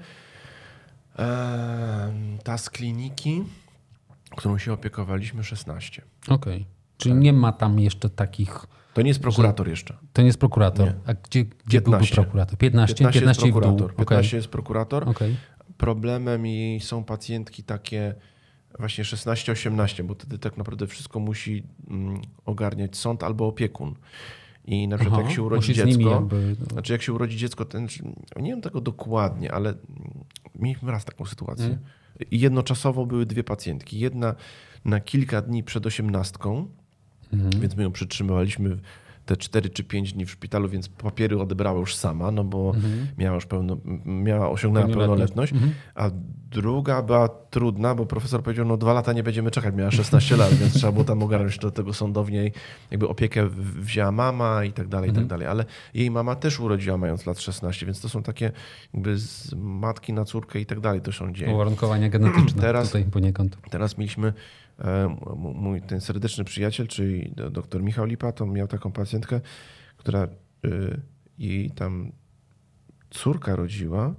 Ta z kliniki, którą się opiekowaliśmy, 16. Okej. Czyli nie ma tam jeszcze takich... To nie jest prokurator jeszcze. To nie jest prokurator. Nie. A gdzie byłby prokurator? 15 jest prokurator. w dół. 15 jest prokurator. Okay. Problemem są pacjentki takie właśnie 16-18, bo wtedy tak naprawdę wszystko musi ogarniać sąd albo opiekun. I na przykład jak się urodzi dziecko, jak się urodzi dziecko, nie wiem tego dokładnie, ale mieliśmy raz taką sytuację. I jednoczasowo były dwie pacjentki. Jedna na kilka dni przed 18, więc my ją przytrzymywaliśmy te 4 czy 5 dni w szpitalu, więc papiery odebrała już sama, no bo miała już osiągnęła pełnoletność, a Druga była trudna, bo profesor powiedział, no 2 lata nie będziemy czekać, miała 16 lat, więc trzeba było tam ogarnąć do tego sądownie i jakby opiekę wzięła mama i tak dalej, ale jej mama też urodziła mając lat 16, więc to są takie jakby z matki na córkę i tak dalej, to się dzieje. Uwarunkowania genetyczne tutaj poniekąd. Teraz mieliśmy mój ten serdeczny przyjaciel, czyli dr Michał Lipa, to miał taką pacjentkę, która jej tam córka rodziła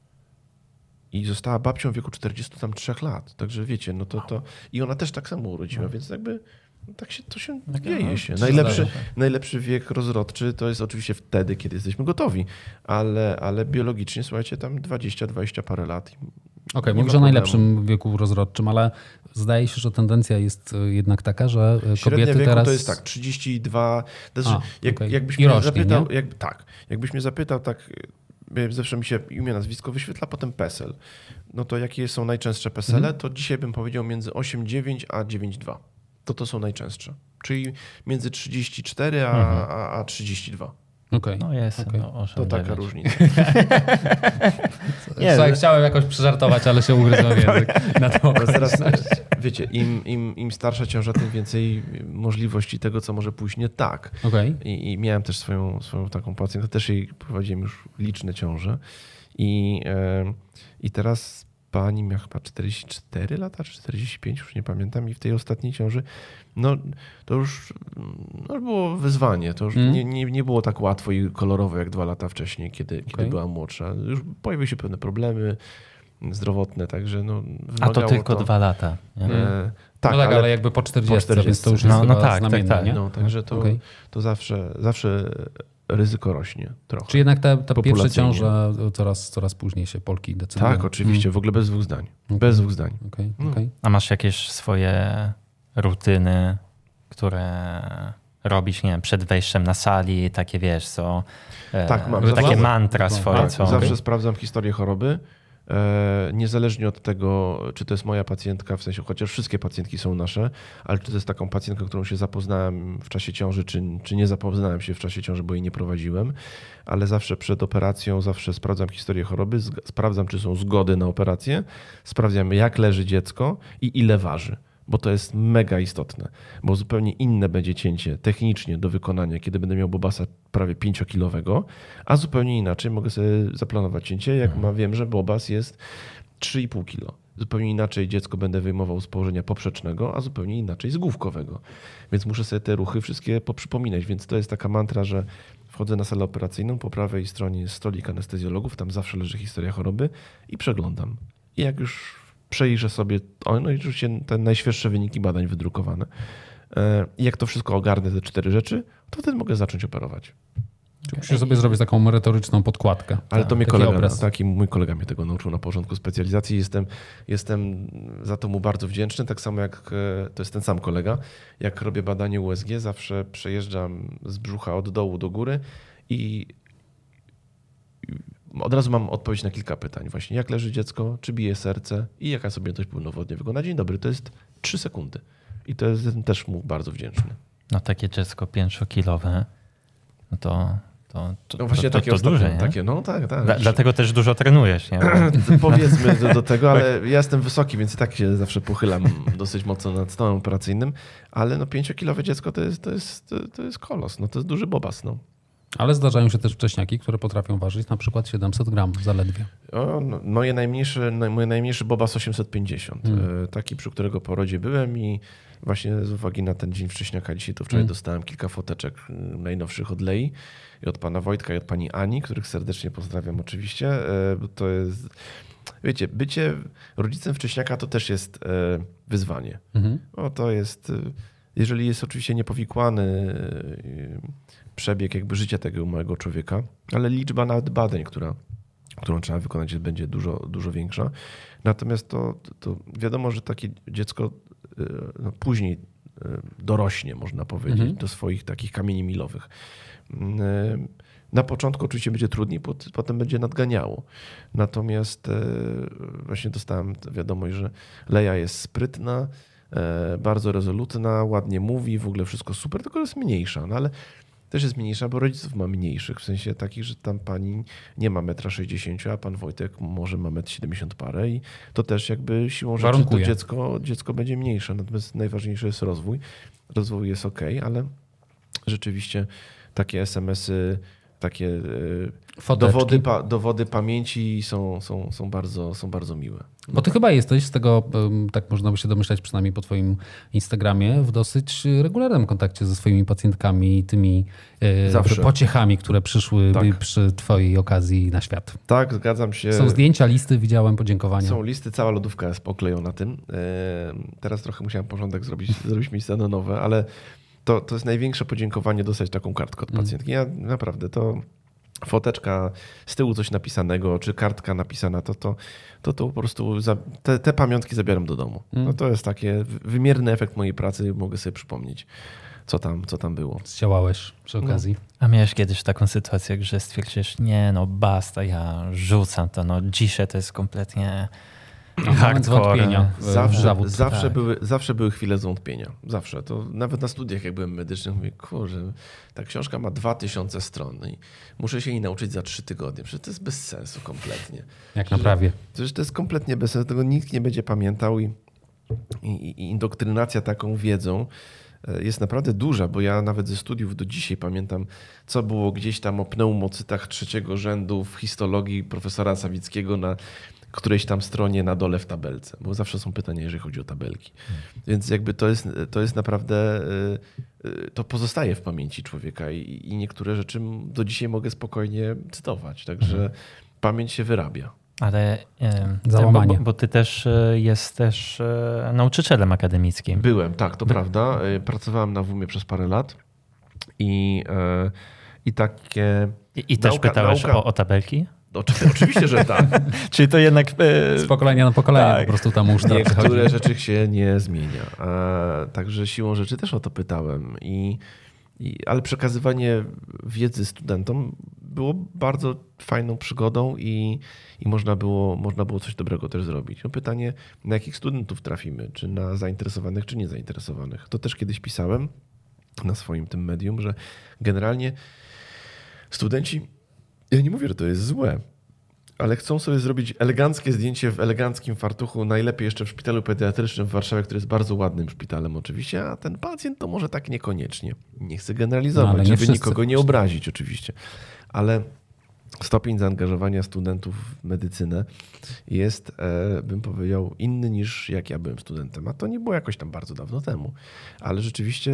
i została babcią w wieku 43 lat. Także wiecie, no to i ona też tak samo urodziła, więc jakby tak się, to się dzieje się. Najlepszy wiek rozrodczy to jest oczywiście wtedy, kiedy jesteśmy gotowi, ale biologicznie, słuchajcie, tam 20 parę lat. Okej, mówisz o najlepszym wieku rozrodczym, ale zdaje się, że tendencja jest jednak taka, że kobiety wieku teraz... to jest tak, 32. To znaczy, jakbyś I mnie rośnie, zapytał, jakbyś mnie zapytał, tak, zawsze mi się imię, nazwisko wyświetla, potem PESEL. No to jakie są najczęstsze PESEL-e, to dzisiaj bym powiedział między 8,9 a 9,2. To są najczęstsze. Czyli między 34 a 32. Okay. No jest. Okay. No, to taka różnica. Słuchaj, chciałem jakoś przyżartować, ale się ugryzłem w język. Na to teraz, wiecie, im starsza ciąża, tym więcej możliwości tego, co może pójść nie tak. Okay. I miałem też swoją taką pacjentkę, też jej prowadziłem już liczne ciąże. I teraz pani miała chyba 44 lata, czy 45, już nie pamiętam. I w tej ostatniej ciąży, no to już było wyzwanie. To już nie było tak łatwo i kolorowo jak 2 lata wcześniej, kiedy była młodsza. Już pojawiły się pewne problemy zdrowotne, także no a to tylko 2 lata. Tak, no tak, ale jakby po 40, więc to już jest znamienne, tak. nie? No, także to zawsze ryzyko rośnie trochę. Czy jednak te pierwsze ciąże coraz później się Polki decydują? Tak, oczywiście, w ogóle bez 2 zdań. Bez 2 zdań. Okay. A masz jakieś swoje rutyny, które robisz, nie wiem, przed wejściem na sali, takie wiesz, co... Tak, mam. Takie mantra swoje, co... Zawsze sprawdzam historię choroby. Niezależnie od tego, czy to jest moja pacjentka, w sensie chociaż wszystkie pacjentki są nasze, ale czy to jest taką pacjentką, którą się zapoznałem w czasie ciąży, czy nie zapoznałem się w czasie ciąży, bo jej nie prowadziłem, ale zawsze przed operacją sprawdzam historię choroby, sprawdzam, czy są zgody na operację, sprawdzam, jak leży dziecko i ile waży. Bo to jest mega istotne, bo zupełnie inne będzie cięcie technicznie do wykonania, kiedy będę miał bobasa prawie 5-kilowego, a zupełnie inaczej mogę sobie zaplanować cięcie, jak wiem, że bobas jest 3,5 kilo. Zupełnie inaczej dziecko będę wyjmował z położenia poprzecznego, a zupełnie inaczej z główkowego. Więc muszę sobie te ruchy wszystkie poprzypominać, więc to jest taka mantra, że wchodzę na salę operacyjną, po prawej stronie jest stolik anestezjologów, tam zawsze leży historia choroby i przeglądam. I jak już przejrzę sobie, no i oczywiście te najświeższe wyniki badań wydrukowane. I jak to wszystko ogarnę, te 4 rzeczy, to wtedy mogę zacząć operować. Musisz sobie zrobić taką merytoryczną podkładkę. Ale to mnie kolega, mój kolega mnie tego nauczył na porządku specjalizacji. Jestem za to mu bardzo wdzięczny, tak samo jak to jest ten sam kolega. Jak robię badanie USG, zawsze przejeżdżam z brzucha od dołu do góry i od razu mam odpowiedź na kilka pytań. Właśnie jak leży dziecko, czy bije serce i jaka sobie objętość płynowodniowego. Na dzień dobry to jest 3 sekundy. I to jest też mu bardzo wdzięczny. No takie dziecko 5-kilowe, no to właśnie takie duże, nie? Takie, no tak. Dlatego też dużo trenujesz, nie? Powiedzmy do tego, ale ja jestem wysoki, więc i tak się zawsze pochylam dosyć mocno nad stołem operacyjnym, ale no 5-kilowe dziecko to jest kolos, no to jest duży bobas, no. Ale zdarzają się też wcześniaki, które potrafią ważyć na przykład 700 gram zaledwie. Mój najmniejszy bobas 850. Taki, przy którego porodzie byłem i właśnie z uwagi na ten dzień wcześniaka dzisiaj to wczoraj dostałem kilka foteczek najnowszych od Lei i od pana Wojtka i od pani Ani, których serdecznie pozdrawiam oczywiście. To jest, wiecie, bycie rodzicem wcześniaka to też jest wyzwanie. No, to jest, jeżeli jest oczywiście niepowikłany przebieg jakby życia tego małego człowieka, ale liczba nawet badań, którą trzeba wykonać, będzie dużo większa. Natomiast to wiadomo, że takie dziecko później dorośnie, można powiedzieć, do swoich takich kamieni milowych. Na początku oczywiście będzie trudniej, potem będzie nadganiało. Natomiast właśnie dostałem wiadomość, że Leja jest sprytna, bardzo rezolutna, ładnie mówi, w ogóle wszystko super, tylko jest mniejsza. No ale też jest mniejsza, bo rodziców ma mniejszych, w sensie takich, że tam pani nie ma 1,60 m, a pan Wojtek może ma 1,70 m parę i to też jakby siłą rzeczy Warunkuje. to dziecko będzie mniejsze. Natomiast najważniejszy jest rozwój. Rozwój jest okej, ale rzeczywiście takie SMS-y, takie Foteczki. dowody pamięci są bardzo miłe. Bo ty chyba jesteś z tego, tak można by się domyślać przynajmniej po twoim Instagramie, w dosyć regularnym kontakcie ze swoimi pacjentkami i tymi Zawsze. pociechami, które przyszły Tak. przy twojej okazji na świat. Tak, zgadzam się. Są zdjęcia, listy, widziałem podziękowania. Są listy, cała lodówka jest poklejona tym. Teraz trochę musiałem porządek zrobić miejsca na nowe, ale to jest największe podziękowanie dostać taką kartkę od pacjentki. Ja naprawdę to foteczka z tyłu coś napisanego, czy kartka napisana, to po prostu te pamiątki zabieram do domu. No to jest takie wymierny efekt mojej pracy, mogę sobie przypomnieć, co tam było. Zdziałałeś przy okazji. A miałeś kiedyś taką sytuację, że stwierdzisz, nie no basta, ja rzucam to, no dzisiaj to jest kompletnie Moment hardcore. zwątpienia w zawód. Zawsze były chwile zwątpienia. Zawsze. To nawet na studiach, jak byłem medyczny, mówię, kurczę, ta książka ma 2000 stron i muszę się jej nauczyć za 3 tygodnie. Przecież to jest bez sensu kompletnie. Jak na prawie. Przecież to jest kompletnie bez sensu. Tego nikt nie będzie pamiętał i indoktrynacja taką wiedzą jest naprawdę duża, bo ja nawet ze studiów do dzisiaj pamiętam, co było gdzieś tam o pneumocytach 3. rzędu w histologii profesora Sawickiego na którejś tam stronie na dole w tabelce, bo zawsze są pytania, jeżeli chodzi o tabelki. Więc jakby to jest naprawdę, to pozostaje w pamięci człowieka i niektóre rzeczy do dzisiaj mogę spokojnie cytować, także pamięć się wyrabia. Ale Załamanie. bo ty też jesteś nauczycielem akademickim. Byłem, tak, to prawda. Pracowałem na WUM-ie przez parę lat i takie... I też pytałeś o tabelki? Oczywiście, że tak. Czyli to jednak... Z pokolenia na pokolenie tak. po prostu ta musztra Niektóre przychodzi. rzeczy się nie zmienia. Także siłą rzeczy też o to pytałem. Ale przekazywanie wiedzy studentom było bardzo fajną przygodą i można było coś dobrego też zrobić. No pytanie, na jakich studentów trafimy? Czy na zainteresowanych, czy niezainteresowanych? To też kiedyś pisałem na swoim tym medium, że generalnie studenci, ja nie mówię, że to jest złe, ale chcą sobie zrobić eleganckie zdjęcie w eleganckim fartuchu, najlepiej jeszcze w szpitalu pediatrycznym w Warszawie, który jest bardzo ładnym szpitalem oczywiście, a ten pacjent to może tak niekoniecznie. Nie chcę generalizować, ale nie żeby wszyscy. nikogo nie obrazić oczywiście, ale stopień zaangażowania studentów w medycynę jest, bym powiedział, inny niż jak ja byłem studentem. A to nie było jakoś tam bardzo dawno temu, ale rzeczywiście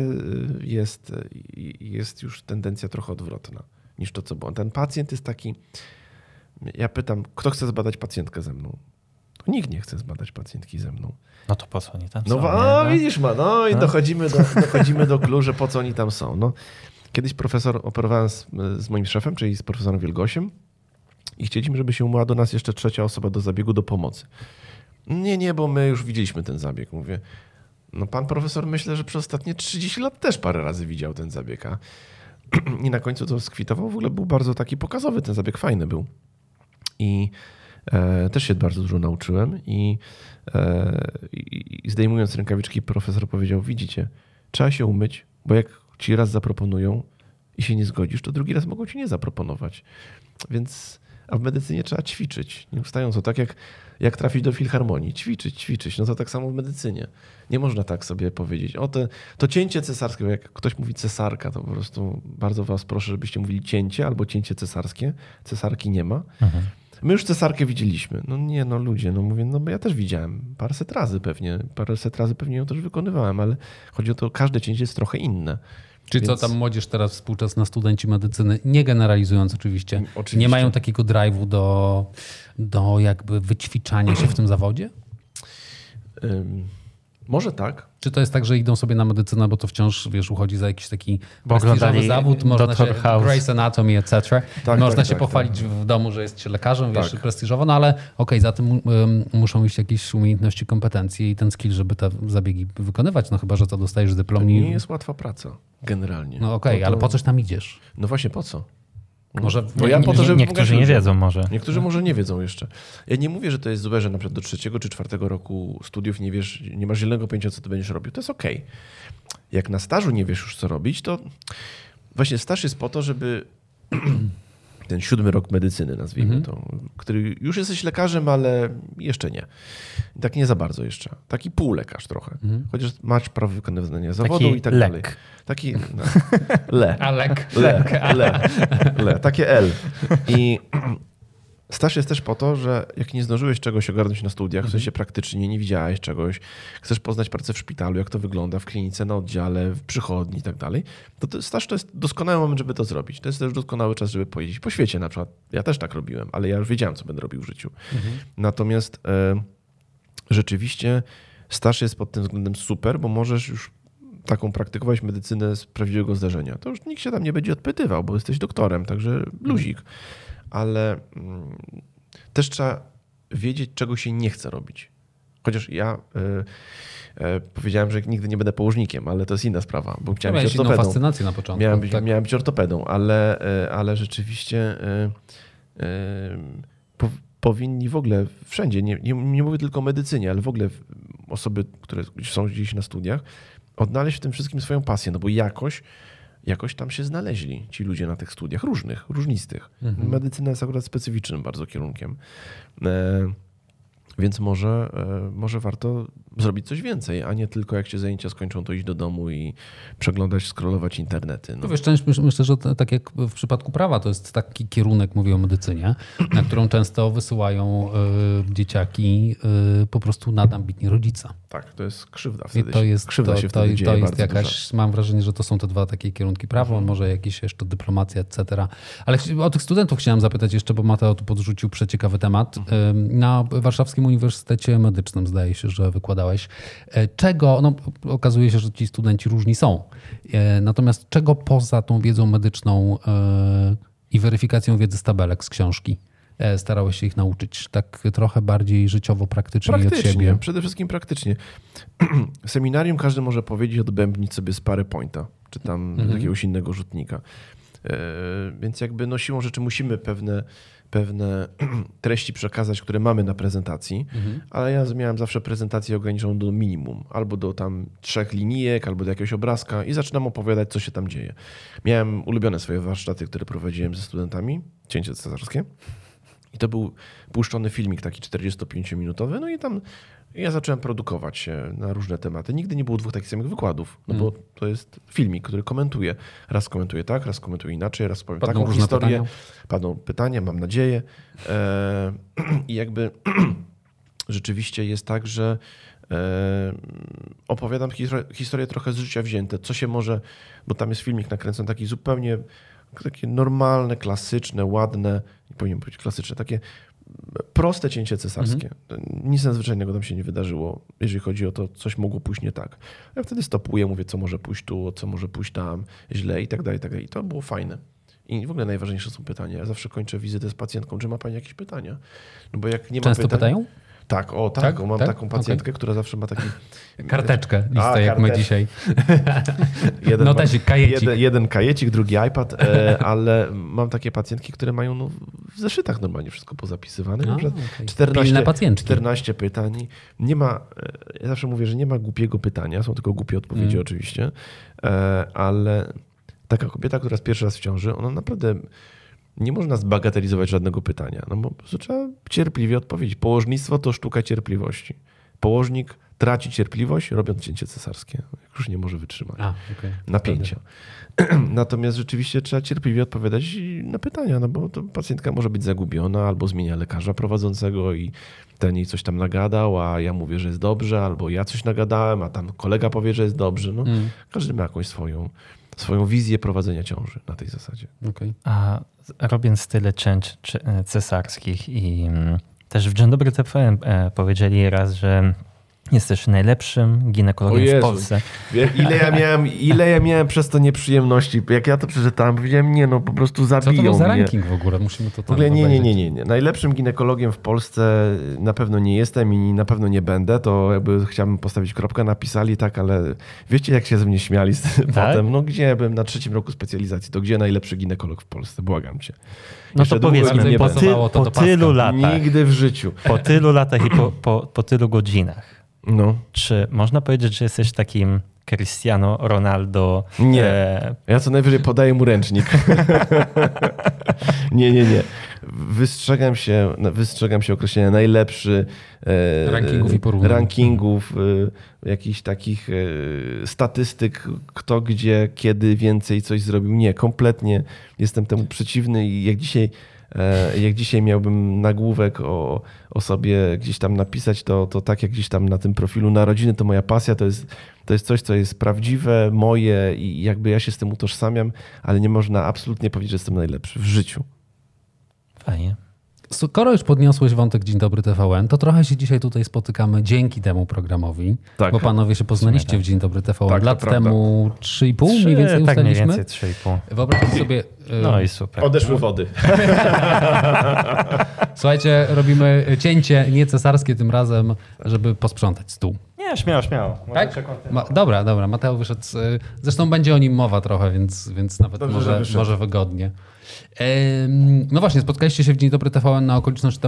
jest już tendencja trochę odwrotna niż to, co było. Ten pacjent jest taki... Ja pytam, kto chce zbadać pacjentkę ze mną? To nikt nie chce zbadać pacjentki ze mną. No to po co oni tam No, są? widzisz no i dochodzimy do clou, że po co oni tam są. No, kiedyś operowałem z moim szefem, czyli z profesorem Wielgosiem i chcieliśmy, żeby się umyła do nas jeszcze 3. osoba do zabiegu, do pomocy. Nie, bo my już widzieliśmy ten zabieg. Mówię, no pan profesor myślę, że przez ostatnie 30 lat też parę razy widział ten zabieg. I na końcu to skwitował. W ogóle był bardzo taki pokazowy ten zabieg, fajny był. I też się bardzo dużo nauczyłem i zdejmując rękawiczki profesor powiedział, widzicie, trzeba się umyć, bo jak ci raz zaproponują i się nie zgodzisz, to drugi raz mogą ci nie zaproponować. Więc, a w medycynie trzeba ćwiczyć, nieustająco, tak jak trafić do filharmonii, ćwiczyć. No to tak samo w medycynie. Nie można tak sobie powiedzieć, to cięcie cesarskie, bo jak ktoś mówi cesarka, to po prostu bardzo was proszę, żebyście mówili cięcie albo cięcie cesarskie. Cesarki nie ma. My już cesarkę widzieliśmy. No nie, no ludzie, no mówię, no bo ja też widziałem. Paręset razy pewnie ją też wykonywałem, ale chodzi o to, każde cięcie jest trochę inne. Czyli Więc... co tam młodzież teraz, współczesna studenci medycyny, nie generalizując oczywiście, nie mają takiego drive'u do jakby wyćwiczania się w tym zawodzie? Może tak. Czy to jest tak, że idą sobie na medycynę, bo to wciąż, wiesz, uchodzi za jakiś taki Bo prestiżowy oglądali zawód, można się, Dr. House. Grey's Anatomy, etc. Można się tak, pochwalić w domu, że jest się lekarzem, wiesz, Tak. prestiżowo, no ale okej, za tym muszą iść jakieś umiejętności, kompetencje i ten skill, żeby te zabiegi wykonywać, no chyba, że to dostajesz dyplom. To nie jest łatwa praca, generalnie. No okej, ale po coś tam idziesz? No właśnie, po co? Może Bo ja po to, żeby Niektórzy pomagać nie ludziom. wiedzą może. Niektórzy może nie wiedzą jeszcze. Ja nie mówię, że to jest złe, że na przykład do 3. czy 4. roku studiów nie masz zielonego pojęcia, co ty będziesz robił. To jest okej. Jak na stażu nie wiesz już, co robić, to Właśnie staż jest po to, żeby ten 7. rok medycyny, nazwijmy to, który już jesteś lekarzem, ale jeszcze nie. Tak nie za bardzo jeszcze. Taki półlekarz trochę. Chociaż masz prawo wykonywania zawodu i tak lek. dalej. Taki le. Alek. Le. Takie L. I staż jest też po to, że jak nie zdążyłeś czegoś ogarnąć na studiach, w sensie praktycznie nie widziałeś czegoś, chcesz poznać pracę w szpitalu, jak to wygląda w klinice, na oddziale, w przychodni i tak dalej, to staż to jest doskonały moment, żeby to zrobić. To jest też doskonały czas, żeby pojeździć po świecie na przykład. Ja też tak robiłem, ale ja już wiedziałem, co będę robił w życiu. Natomiast rzeczywiście staż jest pod tym względem super, bo możesz już taką praktykować medycynę z prawdziwego zdarzenia. To już nikt się tam nie będzie odpytywał, bo jesteś doktorem, także luzik. Ale też trzeba wiedzieć, czego się nie chce robić. Chociaż ja powiedziałem, że nigdy nie będę położnikiem, ale to jest inna sprawa, bo chciałem być ortopedą. Fascynację na początku. Miałem być ortopedą, ale rzeczywiście powinni w ogóle wszędzie, nie mówię tylko o medycynie, ale w ogóle osoby, które są gdzieś na studiach, odnaleźć w tym wszystkim swoją pasję, no bo jakoś tam się znaleźli ci ludzie na tych studiach różnistych. Medycyna jest akurat specyficznym bardzo kierunkiem. Więc może warto zrobić coś więcej, a nie tylko jak się zajęcia skończą, to iść do domu i przeglądać, scrollować internety. No. Wiesz, myślę, że tak jak w przypadku prawa, to jest taki kierunek, mówię o medycynie, na którą często wysyłają dzieciaki po prostu nadambitni rodzice. Tak, to jest krzywda wtedy. Krzywda się wtedy dzieje bardzo jakaś, mam wrażenie, że to są te dwa takie kierunki, prawo, może jakieś jeszcze dyplomacja, etc. Ale o tych studentów chciałem zapytać jeszcze, bo Mateo tu podrzucił przeciekawy temat. Na Warszawskim Uniwersytecie Medycznym zdaje się, że wykładałeś. Okazuje się, że ci studenci różni są. Natomiast czego poza tą wiedzą medyczną i weryfikacją wiedzy z tabelek z książki starałeś się ich nauczyć? Tak trochę bardziej życiowo, praktycznie od siebie. Przede wszystkim praktycznie. W seminarium każdy może powiedzieć, odbębnić sobie z PowerPointa, czy tam jakiegoś innego rzutnika. Więc jakby siłą rzeczy musimy pewne treści przekazać, które mamy na prezentacji, ale ja miałem zawsze prezentację ograniczoną do minimum, albo do tam 3 linijek, albo do jakiegoś obrazka i zaczynam opowiadać, co się tam dzieje. Miałem ulubione swoje warsztaty, które prowadziłem ze studentami, cięcie cesarskie. I to był puszczony filmik taki 45-minutowy, no i tam ja zacząłem produkować się na różne tematy. Nigdy nie było 2 takich samych wykładów, no bo to jest filmik, który komentuje. Raz komentuje tak, raz komentuje inaczej, raz powiem taką historię. Padną pytania, mam nadzieję. I jakby rzeczywiście jest tak, że opowiadam historię trochę z życia wzięte, co się może, bo tam jest filmik nakręcony taki zupełnie takie normalne, klasyczne, ładne, nie powinien być klasyczne, takie proste cięcie cesarskie. Nic nadzwyczajnego tam się nie wydarzyło, jeżeli chodzi o to, coś mogło pójść nie tak. Ja wtedy stopuję, mówię, co może pójść tu, co może pójść tam, źle i tak dalej, i tak dalej. I to było fajne. I w ogóle najważniejsze są pytania. Ja zawsze kończę wizytę z pacjentką, czy ma pani jakieś pytania? No bo jak nie ma Często pytają? Tak, mam taką pacjentkę, która zawsze ma taki... Karteczkę, listę, jak my dzisiaj. Jeden kajecik, drugi iPad, ale mam takie pacjentki, które mają w zeszytach normalnie wszystko pozapisywane. Na przykład 14 pytań. Nie ma, ja zawsze mówię, że nie ma głupiego pytania, są tylko głupie odpowiedzi oczywiście, ale taka kobieta, która jest pierwszy raz w ciąży, ona naprawdę... Nie można zbagatelizować żadnego pytania, no bo trzeba cierpliwie odpowiedzieć. Położnictwo to sztuka cierpliwości. Położnik traci cierpliwość, robiąc cięcie cesarskie. Już nie może wytrzymać napięcia. Natomiast rzeczywiście trzeba cierpliwie odpowiadać na pytania, no bo to pacjentka może być zagubiona albo zmienia lekarza prowadzącego i ten jej coś tam nagadał, a ja mówię, że jest dobrze, albo ja coś nagadałem, a tam kolega powie, że jest dobrze. No, każdy ma jakąś swoją wizję prowadzenia ciąży na tej zasadzie. Okay. A robiąc tyle cięć cesarskich i też w Dzień Dobry TVN powiedzieli raz, że jesteś najlepszym ginekologiem w Polsce. Ile ja miałem przez to nieprzyjemności. Jak ja to przeczytałem, powiedziałem, nie, no po prostu zabiją mnie. Co to był za ranking w ogóle? Musimy to tam nie. Najlepszym ginekologiem w Polsce na pewno nie jestem i na pewno nie będę. To jakby chciałbym postawić kropkę, napisali tak, ale wiecie, jak się ze mnie śmiali potem? No gdzie byłem na 3. roku specjalizacji, to gdzie najlepszy ginekolog w Polsce? Błagam cię. No to powiedzmy, po tylu latach. Nigdy w życiu. Po tylu latach i po tylu godzinach. No. Czy można powiedzieć, że jesteś takim Cristiano Ronaldo. Nie. Ja co najwyżej podaję mu ręcznik. Nie. Wystrzegam się określenia najlepszy Rankingów i porównań. rankingów, jakichś takich statystyk, kto gdzie, kiedy więcej coś zrobił. Nie, kompletnie jestem temu przeciwny i jak dzisiaj miałbym nagłówek o sobie gdzieś tam napisać, to tak jak gdzieś tam na tym profilu narodziny, to moja pasja to jest coś, co jest prawdziwe, moje i jakby ja się z tym utożsamiam, ale nie można absolutnie powiedzieć, że jestem najlepszy w życiu. Fajnie. Skoro już podniosłeś wątek Dzień Dobry TVN, to trochę się dzisiaj tutaj spotykamy dzięki temu programowi, Tak. bo panowie się poznaliście w Dzień Dobry TVN. Tak, to lat prawda. temu 3,5 mniej więcej Tak mniej ustaliliśmy. więcej 3,5. Wyobraźcie sobie... No i super. Odeszły wody. Słuchajcie, robimy cięcie nie cesarskie tym razem, żeby posprzątać stół. Nie, śmiało. Tak? Dobra, Mateo wyszedł. Zresztą będzie o nim mowa trochę, więc nawet Dobrze, że wyszedł. może wygodnie. No właśnie, spotkaliście się w Dzień Dobry TVN na okoliczność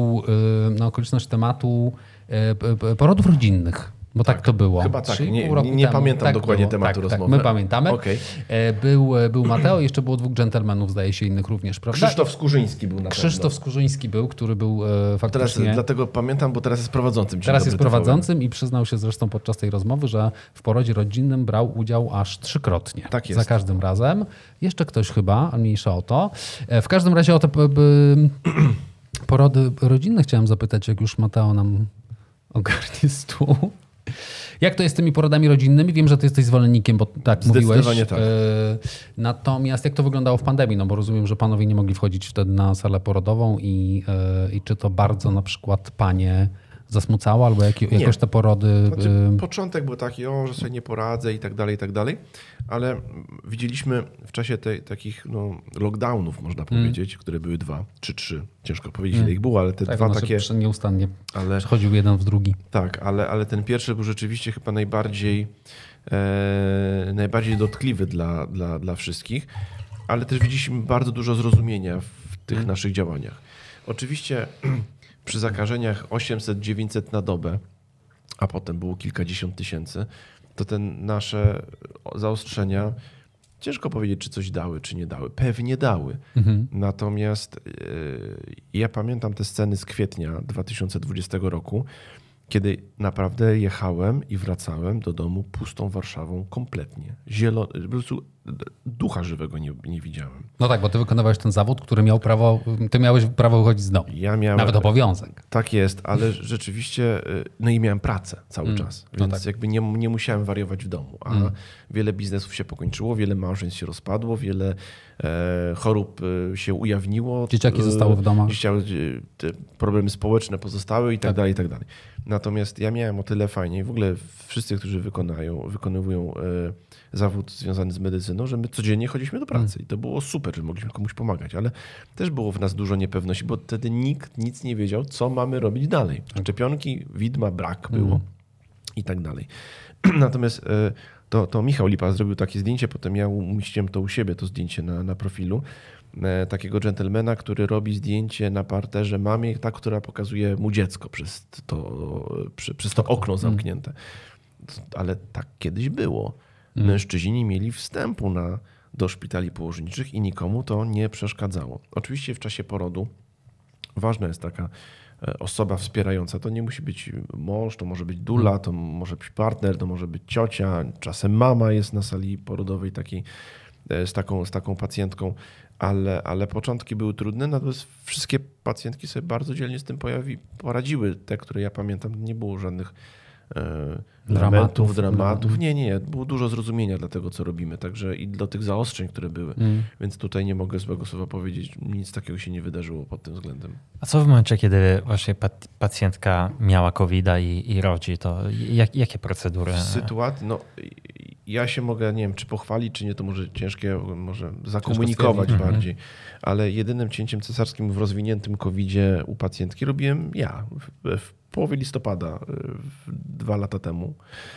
tematu porodów rodzinnych. Bo tak to było. Chyba tak. 3,5 roku Nie temu. pamiętam Tak dokładnie było. tematu tak, rozmowy. Tak, my pamiętamy. Okay. Był Mateo, jeszcze było 2 dżentelmenów, zdaje się, innych również, prawda? Krzysztof Skurzyński był na Krzysztof Skurzyński był, który był faktycznie... Teraz, dlatego pamiętam, bo teraz jest prowadzącym. Teraz jest prowadzącym i przyznał się zresztą podczas tej rozmowy, że w porodzie rodzinnym brał udział aż 3-krotnie. Tak jest. Za każdym razem. Jeszcze ktoś chyba, a mniejsza o to. W każdym razie o te porody rodzinne chciałem zapytać, jak już Mateo nam ogarnie stół. Jak to jest z tymi porodami rodzinnymi? Wiem, że ty jesteś zwolennikiem, bo tak mówiłeś. Zdecydowanie tak. Natomiast jak to wyglądało w pandemii? No bo rozumiem, że panowie nie mogli wchodzić wtedy na salę porodową i czy to bardzo na przykład panie zasmucało, albo jakoś te porody... Początek był taki, że sobie nie poradzę i tak dalej, ale widzieliśmy w czasie takich lockdownów, można powiedzieć, które były 2 czy 3, ciężko powiedzieć ile ich było, ale te tak, dwa takie... Nieustannie przechodził jeden w drugi. Tak, ale ten pierwszy był rzeczywiście chyba najbardziej dotkliwy dla wszystkich, ale też widzieliśmy bardzo dużo zrozumienia w tych naszych działaniach. Oczywiście przy zakażeniach 800-900 na dobę, a potem było kilkadziesiąt tysięcy, to te nasze zaostrzenia, ciężko powiedzieć, czy coś dały, czy nie dały. Pewnie dały. Natomiast ja pamiętam te sceny z kwietnia 2020 roku, kiedy naprawdę jechałem i wracałem do domu pustą Warszawą kompletnie. Po prostu ducha żywego nie widziałem. No tak, bo ty wykonywałeś ten zawód, który miał prawo, ty miałeś prawo wychodzić z domu. Ja miałem, nawet obowiązek. Tak jest, ale rzeczywiście, no i miałem pracę cały czas, więc tak. jakby nie musiałem wariować w domu, a wiele biznesów się pokończyło, wiele małżeństw się rozpadło, wiele chorób się ujawniło. Dzieciaki zostały w domach. Te problemy społeczne pozostały i tak dalej, i tak dalej. Natomiast ja miałem o tyle fajnie i w ogóle wszyscy, którzy wykonywują zawód związany z medycyną, że my codziennie chodziliśmy do pracy i to było super, że mogliśmy komuś pomagać, ale też było w nas dużo niepewności, bo wtedy nikt nic nie wiedział, co mamy robić dalej. Szczepionki, widma, brak było i tak dalej. Natomiast to Michał Lipa zrobił takie zdjęcie, potem ja umieściłem to u siebie, to zdjęcie na profilu, takiego dżentelmena, który robi zdjęcie na parterze mamie, która pokazuje mu dziecko przez to okno zamknięte. Ale tak kiedyś było. Mężczyźni nie mieli wstępu do szpitali położniczych i nikomu to nie przeszkadzało. Oczywiście w czasie porodu ważna jest taka osoba wspierająca. To nie musi być mąż, to może być dula, to może być partner, to może być ciocia, czasem mama jest na sali porodowej takiej, z taką pacjentką, ale początki były trudne, natomiast wszystkie pacjentki sobie bardzo dzielnie z tym poradziły. Te, które ja pamiętam, nie było żadnych dramatów. Nie. Było dużo zrozumienia dla tego, co robimy. Także i do tych zaostrzeń, które były. Więc tutaj nie mogę złego słowa powiedzieć. Nic takiego się nie wydarzyło pod tym względem. A co w momencie, kiedy właśnie pacjentka miała COVID-a i rodzi, to jakie procedury? Sytuacji, ja się mogę, nie wiem, czy pochwalić, czy nie, to może ciężkie, może zakomunikować bardziej. Ale jedynym cięciem cesarskim w rozwiniętym COVID-zie u pacjentki robiłem ja w połowie listopada 2 lata temu.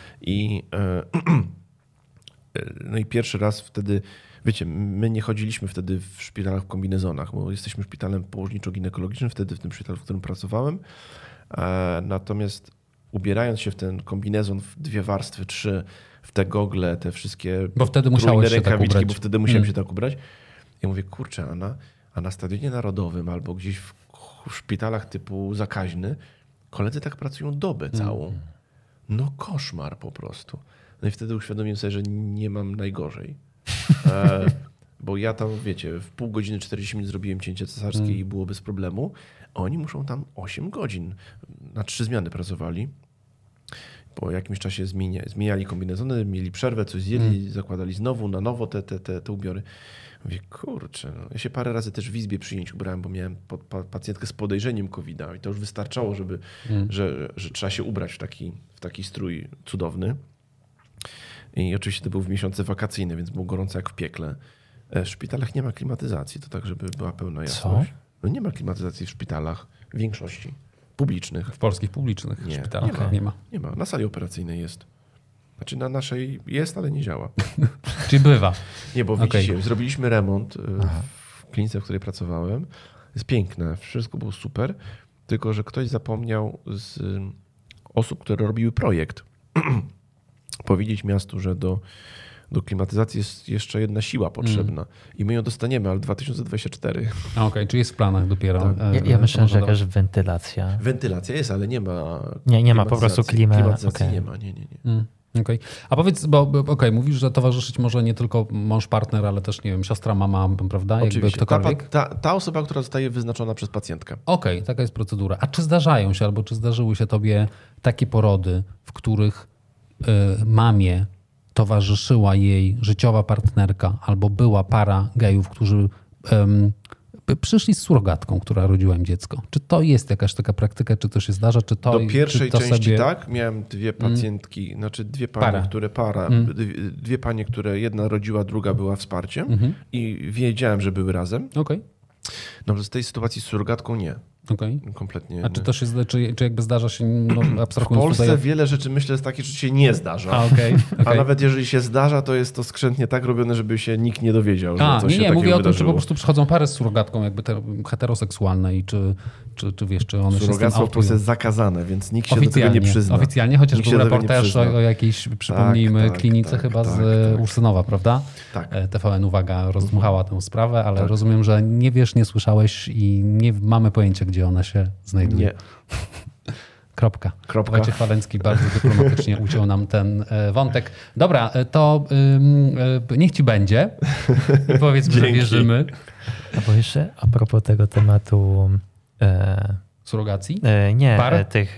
No i pierwszy raz wtedy, wiecie, my nie chodziliśmy wtedy w szpitalach w kombinezonach, bo jesteśmy szpitalem położniczo-ginekologicznym, wtedy w tym szpitalu, w którym pracowałem. Natomiast ubierając się w ten kombinezon w 2 warstwy, 3, w te gogle, te wszystkie Bo wtedy trójne musiałeś się tak rękawiczki, ubrać. bo wtedy musiałem się tak ubrać. Ja mówię, kurczę, a na Stadionie Narodowym albo gdzieś w szpitalach typu zakaźny koledzy tak pracują dobę całą. No koszmar po prostu. No i wtedy uświadomiłem sobie, że nie mam najgorzej. Bo ja tam, wiecie, w pół godziny, 40 minut zrobiłem cięcie cesarskie i było bez problemu. Oni muszą tam 8 godzin. Na 3 zmiany pracowali. Po jakimś czasie zmieniali kombinezony, mieli przerwę, coś zjedli, zakładali znowu na nowo te ubiory. Mówię, kurczę, no. Ja się parę razy też w izbie przyjęć ubrałem, bo miałem pacjentkę z podejrzeniem COVID-a i to już wystarczało, że trzeba się ubrać w taki strój cudowny. I oczywiście to był w miesiące wakacyjne, więc było gorąco jak w piekle. W szpitalach nie ma klimatyzacji, to tak, żeby była pełna jasność. No nie ma klimatyzacji w szpitalach, w większości publicznych. W polskich publicznych Nie, szpitalach nie ma. Nie ma. Na sali operacyjnej jest. Znaczy na naszej jest, ale nie działa. Czyli bywa. Nie, bo widzicie, zrobiliśmy remont w klinice, w której pracowałem. Jest piękne, wszystko było super, tylko że ktoś zapomniał z osób, które robiły projekt, powiedzieć miastu, że do klimatyzacji jest jeszcze jedna siła potrzebna i my ją dostaniemy, ale 2024. Okej, czyli jest w planach dopiero. Tak. Ja myślę, że jakaś wentylacja. Wentylacja jest, ale nie ma Nie ma po prostu klimatyzacji okay. nie ma, nie. Okej. A powiedz, bo mówisz, że towarzyszyć może nie tylko mąż, partner, ale też, nie wiem, siostra, mama, prawda? Oczywiście. Jakby ktokolwiek. Ta osoba, która zostaje wyznaczona przez pacjentkę. Okej, taka jest procedura. A czy zdarzają się, albo czy zdarzyły się tobie takie porody, w których mamie towarzyszyła jej życiowa partnerka albo była para gejów, którzy przyszli z surrogatką, która rodziła im dziecko? Czy to jest jakaś taka praktyka, czy to się zdarza? Czy to, do pierwszej czy to części sobie... tak. Miałem 2 pacjentki, znaczy 2 panie, dwie panie, które jedna rodziła, druga była wsparciem i wiedziałem, że były razem. Okej. No z tej sytuacji z surrogatką nie. Okej. Kompletnie. A czy to się czy jakby zdarza się, no, w abstrahując Polsce tutaj... wiele rzeczy, myślę, jest takich, że się nie zdarza. A nawet jeżeli się zdarza, to jest to skrzętnie tak robione, żeby się nikt nie dowiedział, że coś się takiego mówię o tym, wydarzyło. czy po prostu przychodzą pary z surrogatką, jakby heteroseksualne i czy wiesz, czy one się z tym surrogactwo w Polsce autują. jest zakazane, więc nikt się do tego nie przyzna. Oficjalnie, chociaż Nikt był się do tego nie reportaż przyzna. o jakiejś, przypomnijmy, Tak, klinice tak, chyba tak, z tak. Ursynowa, prawda? Tak. TVN Uwaga rozdmuchała tę sprawę, ale Tak. rozumiem, że nie wiesz, nie słyszałeś i nie mamy pojęcia, gdzie ona się znajduje. Nie. Kropka. Kropka. Wojciech Walencki bardzo dyplomatycznie uciął nam ten wątek. Dobra, to niech ci będzie. I powiedzmy, że Dzięki. wierzymy. A bo jeszcze a propos tego tematu Surrogacji? nie, Par? tych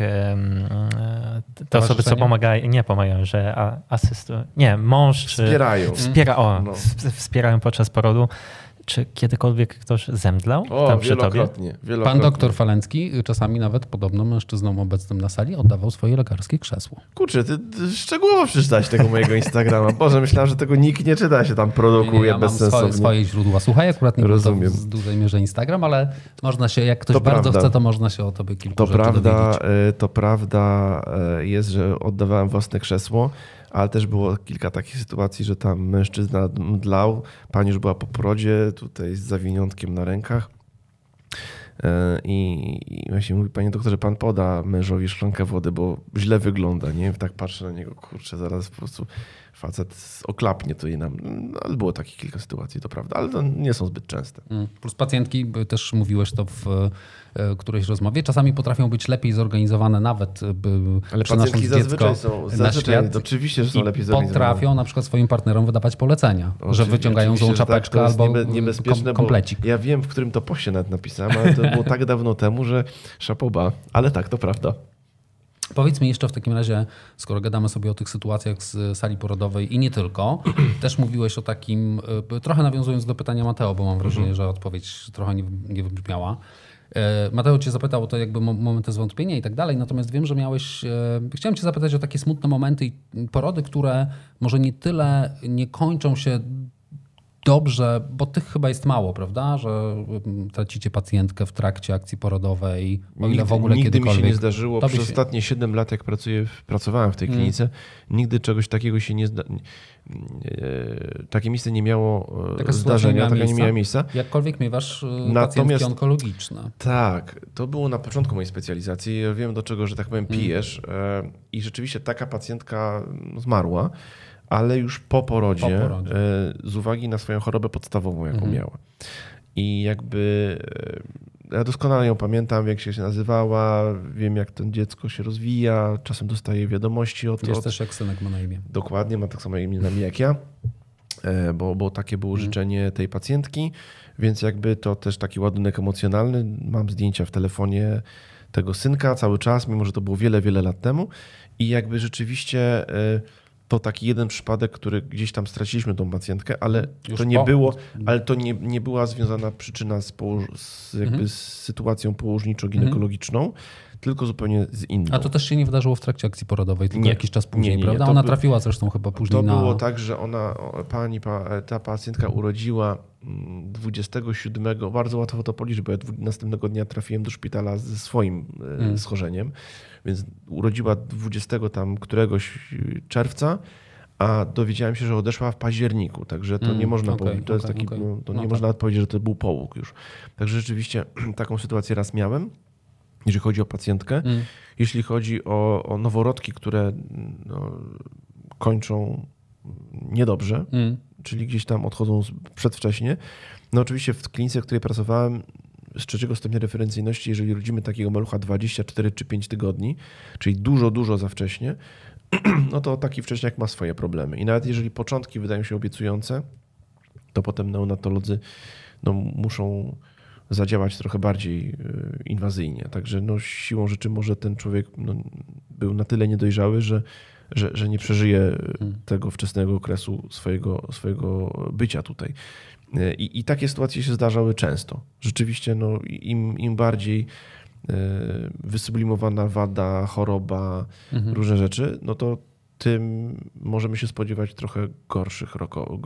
te osoby, co pomagają, że asystują. Nie, mąż czy Wspierają. wspierają podczas porodu. Czy kiedykolwiek ktoś zemdlał tam przy tobie? Wielokrotnie. Pan doktor Falencki czasami nawet podobno mężczyznom obecnym na sali oddawał swoje lekarskie krzesło. Kurczę, ty szczegółowo przeczytałeś tego mojego Instagrama. Boże, myślałem, że tego nikt nie czyta, się tam produkuje Ja mam bezsensownie. swoje źródła. Słuchaj, akurat nie Rozumiem. był to w dużej mierze Instagram, ale można się, jak ktoś To bardzo prawda. chce, to można się o tobie kilku To rzeczy dowiedzieć. prawda jest, że oddawałem własne krzesło, ale też było kilka takich sytuacji, że tam mężczyzna mdlał, pani już była po porodzie, tutaj z zawiniątkiem na rękach. I właśnie mówi, panie doktorze, pan poda mężowi szklankę wody, bo źle wygląda, nie? Tak patrzę na niego, kurczę, zaraz po prostu facet oklapnie to i nam. No, ale było takich kilka sytuacji, to prawda, ale to nie są zbyt częste. Plus pacjentki, też mówiłeś to w którejś rozmowie, czasami potrafią być lepiej zorganizowane nawet Ale przenosząc pacjentki dziecko zazwyczaj są na świat. Oczywiście, że są I lepiej zorganizowane. potrafią na przykład swoim partnerom wydawać polecenia, że wyciągają złą oczywiście, że czapeczkę tak, to jest albo niebezpieczne, komplecik. Bo ja wiem, w którym to poście nawet napisałem, ale to było tak dawno temu, że szapoba. Ale tak, to prawda. Powiedz mi jeszcze w takim razie, skoro gadamy sobie o tych sytuacjach z sali porodowej i nie tylko, też mówiłeś o takim, trochę nawiązując do pytania Mateo, bo mam wrażenie, że odpowiedź trochę nie wybrzmiała. Mateo cię zapytał o to jakby momenty zwątpienia i tak dalej, natomiast wiem, że chciałem cię zapytać o takie smutne momenty i porody, które może nie tyle nie kończą się dobrze, bo tych chyba jest mało, prawda, że tracicie pacjentkę w trakcie akcji porodowej, o ile w ogóle nigdy kiedykolwiek. mi się nie zdarzyło, Tobie przez się- ostatnie 7 lat, jak pracowałem w tej klinice, nigdy czegoś takiego się nie takie miejsce nie miało Taka sytuacja zdarzenia, taka nie miejsca. miała miejsca. Jakkolwiek miewasz pacjentki Natomiast- onkologiczne. Tak, to było na początku mojej specjalizacji. Ja wiem, do czego, że tak powiem, pijesz. I rzeczywiście taka pacjentka zmarła, ale już po porodzie, z uwagi na swoją chorobę podstawową, jaką miała. I jakby ja doskonale ją pamiętam, jak się nazywała, wiem, jak to dziecko się rozwija, czasem dostaję wiadomości Wiesz też, jak synek ma na imię. Dokładnie, ma tak samo imię na mnie jak ja, bo takie było życzenie tej pacjentki, więc jakby to też taki ładunek emocjonalny. Mam zdjęcia w telefonie tego synka cały czas, mimo że to było wiele, wiele lat temu i jakby rzeczywiście to taki jeden przypadek, który gdzieś tam straciliśmy tą pacjentkę, ale Już to nie po. było, ale to nie była związana przyczyna z sytuacją położniczo-ginekologiczną, tylko zupełnie z inną. A to też się nie wydarzyło w trakcie akcji porodowej, tylko Nie. jakiś czas później, Nie. prawda? To Ona by- trafiła zresztą chyba później To na... było tak, że ta pacjentka urodziła 27, bardzo łatwo to policzyć, bo ja następnego dnia trafiłem do szpitala ze swoim schorzeniem, więc urodziła 20 tam któregoś czerwca, a dowiedziałem się, że odeszła w październiku, także to nie można powiedzieć, to jest taki, to nie można powiedzieć, że to był połóg już. Także rzeczywiście taką sytuację raz miałem, jeżeli chodzi o pacjentkę. Jeśli chodzi o noworodki, które kończą niedobrze, czyli gdzieś tam odchodzą przedwcześnie. No oczywiście w klinice, w której pracowałem z 3 stopnia referencyjności, jeżeli rodzimy takiego malucha 24 czy 5 tygodni, czyli dużo, dużo za wcześnie, no to taki wcześniak ma swoje problemy. I nawet jeżeli początki wydają się obiecujące, to potem neonatolodzy muszą zadziałać trochę bardziej inwazyjnie. Także siłą rzeczy może ten człowiek był na tyle niedojrzały, że nie przeżyje tego wczesnego okresu swojego bycia tutaj. I takie sytuacje się zdarzały często. Rzeczywiście im bardziej wysublimowana wada, choroba, różne rzeczy, no to tym możemy się spodziewać trochę gorszych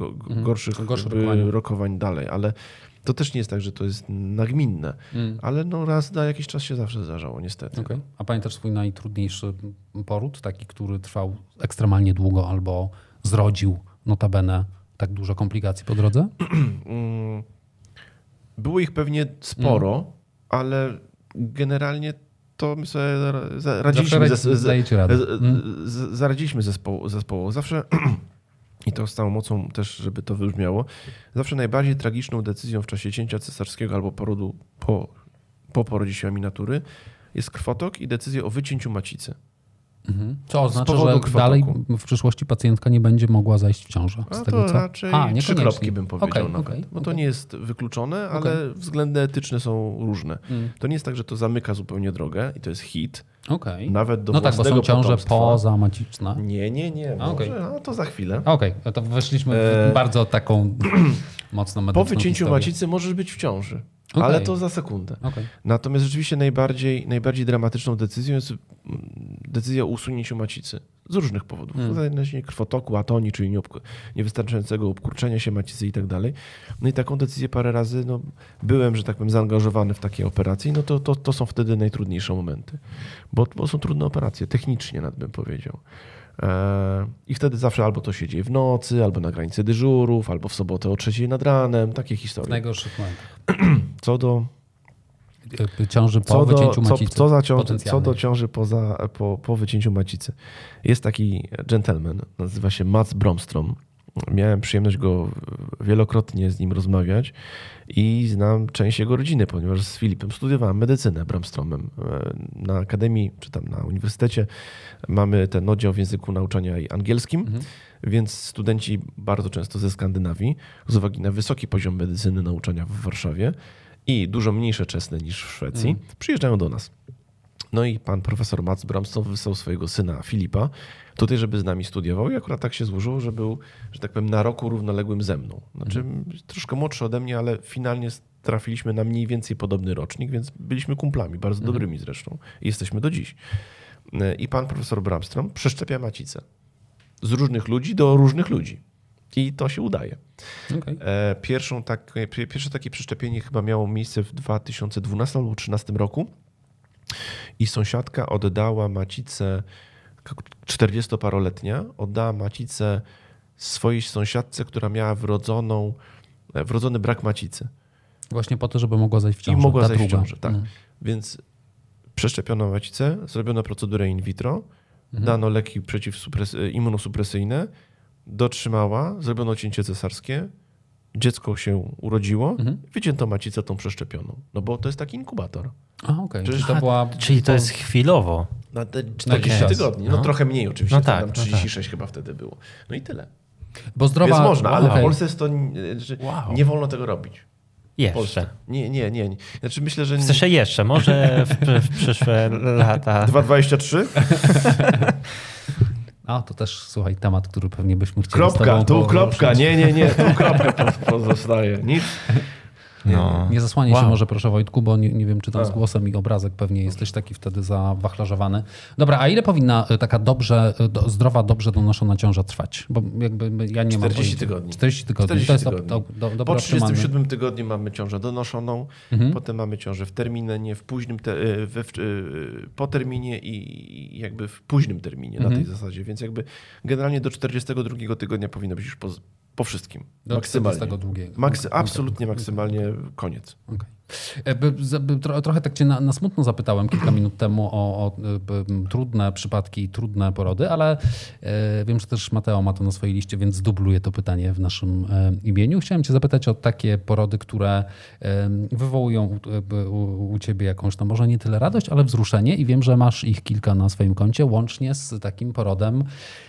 rokowań dalej, ale to też nie jest tak, że to jest nagminne, ale raz na jakiś czas się zawsze zdarzało, niestety. Okay. A pamiętasz swój najtrudniejszy poród, taki, który trwał ekstremalnie długo albo zrodził notabene tak dużo komplikacji po drodze? Było ich pewnie sporo, ale generalnie to my sobie zaradziliśmy zespołu. Zawsze, i to z całą mocą też, żeby to wybrzmiało, zawsze najbardziej tragiczną decyzją w czasie cięcia cesarskiego albo porodu po porodzie siłami natury jest krwotok i decyzja o wycięciu macicy. Co oznacza, że dalej w przyszłości pacjentka nie będzie mogła zajść w ciążę. Z tego, to co... raczej 3 kropki bym powiedział nawet. Bo to nie jest wykluczone, ale względy etyczne są różne. To nie jest tak, że to zamyka zupełnie drogę i to jest hit. Nawet do tak, bo są ciąże pozamaciczne. Nie. Może, to za chwilę. To weszliśmy w bardzo taką mocną medyczną Po wycięciu historię. macicy możesz być w ciąży. Ale to za sekundę. Natomiast rzeczywiście najbardziej dramatyczną decyzją jest decyzja o usunięciu macicy. Z różnych powodów. Zależnie krwotoku, atonii, czyli niewystarczającego obkurczenia się macicy i tak dalej. No i taką decyzję parę razy byłem, że tak powiem, zaangażowany w takie operacje. No to są wtedy najtrudniejsze momenty. Bo są trudne operacje, technicznie nawet bym powiedział. I wtedy zawsze albo to się dzieje w nocy, albo na granicy dyżurów, albo w sobotę o 3 nad ranem, takie historie. W najgorszych momentach. Co do ciąży po wycięciu macicy. Co do ciąży po wycięciu macicy. Jest taki gentleman, nazywa się Mats Bromstrom. Miałem przyjemność go wielokrotnie z nim rozmawiać i znam część jego rodziny, ponieważ z Filipem studiowałem medycynę Bromstromem. Na akademii, czy tam na uniwersytecie mamy ten oddział w języku nauczania angielskim, więc studenci bardzo często ze Skandynawii, z uwagi na wysoki poziom medycyny nauczania w Warszawie i dużo mniejsze czesne niż w Szwecji, przyjeżdżają do nas. No i pan profesor Mats Bromstrom wysłał swojego syna Filipa tutaj, żeby z nami studiował i akurat tak się złożyło, że był, że tak powiem, na roku równoległym ze mną. Znaczy troszkę młodszy ode mnie, ale finalnie trafiliśmy na mniej więcej podobny rocznik, więc byliśmy kumplami, bardzo dobrymi zresztą. I jesteśmy do dziś. I pan profesor Bromstrom przeszczepia macicę. Z różnych ludzi do różnych ludzi. I to się udaje. Okay. Pierwsze takie przeszczepienie chyba miało miejsce w 2012 albo 2013 roku i sąsiadka oddała macicę, 40-paroletnia, oddała macicę swojej sąsiadce, która miała wrodzony brak macicy. Właśnie po to, żeby mogła zajść w ciążę. I mogła ta zajść w druga. ciążę, tak. Więc przeszczepiono macicę, zrobiono procedurę in vitro, dano leki immunosupresyjne, dotrzymała, zrobiono cięcie cesarskie, dziecko się urodziło, wycięto macicę tą przeszczepioną. No bo to jest taki inkubator. Okej. Przecież Czyli to jest chwilowo. Na te 40 okej. tygodni. No trochę mniej oczywiście, No to tak, tam no 36 chyba wtedy było. No i tyle. Bo zdrowa... Więc można, ale okej. w Polsce jest to, że Wow. nie wolno tego robić. W Polsce. Jeszcze. Nie. Znaczy myślę, że... W sensie jeszcze, może w przyszłe lata. 2,23? A, to też, słuchaj, temat, który pewnie byśmy chcieli z Kropka, tobą tu poruszyć. kropka. Nie, tu kropka pozostaje. Nic. No. Nie zasłaniaj się Wow. może, proszę Wojtku, bo nie wiem, czy tam z głosem i obrazek pewnie jesteś taki wtedy zawachlarzowany. Dobra, a ile powinna taka zdrowa, dobrze donoszona ciąża trwać? Bo jakby ja nie mam 40 pojęcia. tygodni. 40 tygodni. 40 To jest tygodni. dobry Po optymalny. 37 tygodniu mamy ciążę donoszoną, potem mamy ciążę w terminie, w późnym po terminie i jakby w późnym terminie na tej zasadzie. Więc jakby generalnie do 42 tygodnia powinno być już po wszystkim. Do Maksymalnie. 42. Absolutnie maksymalnie koniec. Okay. Trochę tak cię na smutno zapytałem kilka minut temu o trudne przypadki i trudne porody, ale wiem, że też Mateo ma to na swojej liście, więc zdubluję to pytanie w naszym imieniu. Chciałem cię zapytać o takie porody, które wywołują u ciebie jakąś tam może nie tyle radość, ale wzruszenie i wiem, że masz ich kilka na swoim koncie, łącznie z takim porodem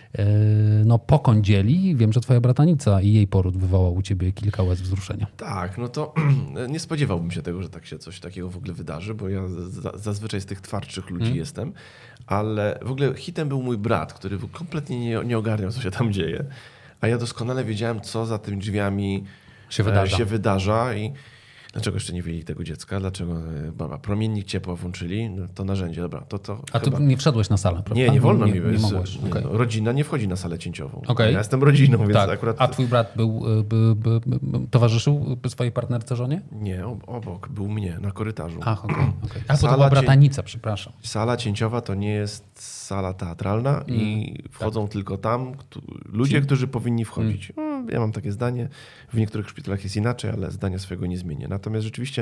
po kądzieli. Wiem, że twoja bratanica i jej poród wywołał u ciebie kilka łez wzruszenia. Tak, no to nie spodziewałbym się tego, że tak się coś takiego w ogóle wydarzy, bo ja zazwyczaj z tych twardszych ludzi jestem, ale w ogóle hitem był mój brat, który kompletnie nie ogarniał, co się tam dzieje, a ja doskonale wiedziałem, co za tymi drzwiami się wydarza i dlaczego jeszcze nie mieli tego dziecka, dlaczego promiennik ciepła włączyli, no to narzędzie, dobra, to A chyba... ty nie wszedłeś na salę, prawda? Nie wolno mi. Nie mogłeś. Okay. No, rodzina nie wchodzi na salę cięciową. Okay. Ja jestem rodziną, więc tak. akurat... A twój brat towarzyszył swojej partnerce żonie? Nie, obok, był mnie, na korytarzu. Ach, okay. A to była bratanica, przepraszam. Sala cięciowa to nie jest sala teatralna i wchodzą tylko tam ludzie, którzy powinni wchodzić. No, ja mam takie zdanie, w niektórych szpitalach jest inaczej, ale zdania swojego nie zmienię. Natomiast rzeczywiście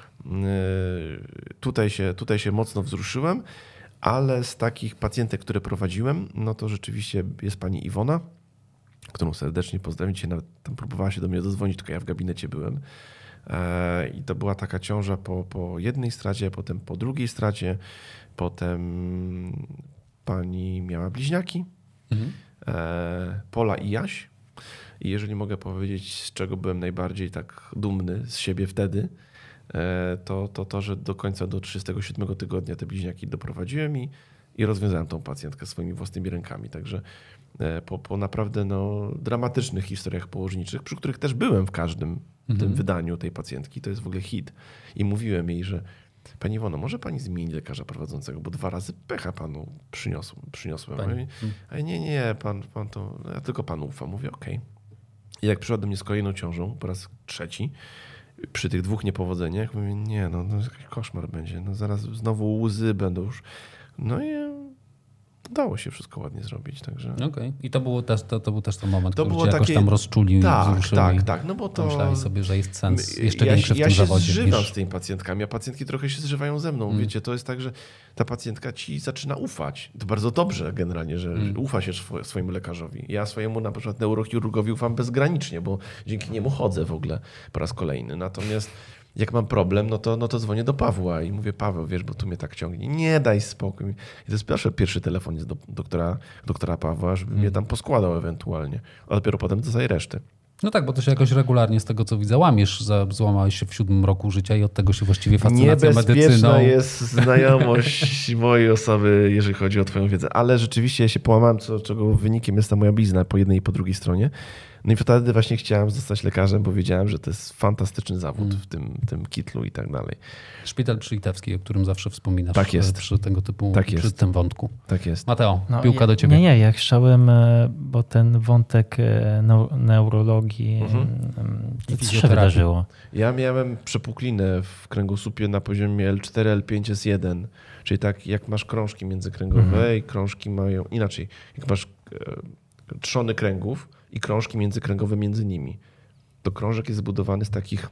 tutaj się mocno wzruszyłem, ale z takich pacjentek, które prowadziłem, no to rzeczywiście jest pani Iwona, którą serdecznie pozdrawiam. Dzisiaj nawet tam próbowała się do mnie dodzwonić, tylko ja w gabinecie byłem. I to była taka ciąża po jednej stracie, potem po drugiej stracie, potem pani miała bliźniaki, Pola i Jaś. I jeżeli mogę powiedzieć, z czego byłem najbardziej tak dumny z siebie wtedy, to że do końca, do 37 tygodnia te bliźniaki doprowadziłem i rozwiązałem tą pacjentkę swoimi własnymi rękami. Także po naprawdę dramatycznych historiach położniczych, przy których też byłem w każdym tym wydaniu tej pacjentki, to jest w ogóle hit. I mówiłem jej, że pani Iwono, może pani zmieni lekarza prowadzącego, bo 2 razy pecha panu przyniosłem. A nie, pan to, ja tylko panu ufam. Mówię, okej. I jak przyszła do mnie z kolejną ciążą, po raz 3, przy tych 2 niepowodzeniach, mówię, nie, jakiś koszmar będzie, zaraz znowu łzy będą już. No i udało się wszystko ładnie zrobić, także... Okej. I to był też ten moment, To który było cię jakoś tam rozczulił i wzruszył. Tak, no bo to... Myślałeś sobie, że jest sens jeszcze większy w tym zawodzie. Ja zawodzie. się zżywam z tymi pacjentkami, a pacjentki trochę się zżywają ze mną. Wiecie, to jest tak, że ta pacjentka ci zaczyna ufać. To bardzo dobrze generalnie, że ufa się swojemu lekarzowi. Ja swojemu na przykład neurochirurgowi ufam bezgranicznie, bo dzięki niemu chodzę w ogóle po raz kolejny. Natomiast jak mam problem, no to dzwonię do Pawła i mówię, Paweł, wiesz, bo tu mnie tak ciągnie. Nie, daj spokój. I to jest pierwszy telefon jest do doktora Pawła, żeby mnie tam poskładał ewentualnie. A dopiero potem dostaję reszty. No tak, bo to się jakoś regularnie z tego, co widzę, łamiesz. Złamałeś się w 7 roku życia i od tego się właściwie fascynacja medycyną. Niebezpieczna jest znajomość mojej osoby, jeżeli chodzi o twoją wiedzę. Ale rzeczywiście ja się połamałem, czego wynikiem jest ta moja blizna po jednej i po drugiej stronie. No i wtedy właśnie chciałem zostać lekarzem, bo wiedziałem, że to jest fantastyczny zawód w tym kitlu i tak dalej. Szpital przy Litewskiej, o którym zawsze wspominasz Tak jest. przy tego typu, Tak przy jest. tym wątku. Tak jest. Mateo, piłka do ciebie. Nie, ja chciałem, bo ten wątek neurologii, co się fizjoterapii. wydarzyło? Ja miałem przepuklinę w kręgosłupie na poziomie L4, L5, S1, czyli tak jak masz krążki międzykręgowe i krążki mają, inaczej, jak masz trzony kręgów i krążki międzykręgowe między nimi, to krążek jest zbudowany z takich,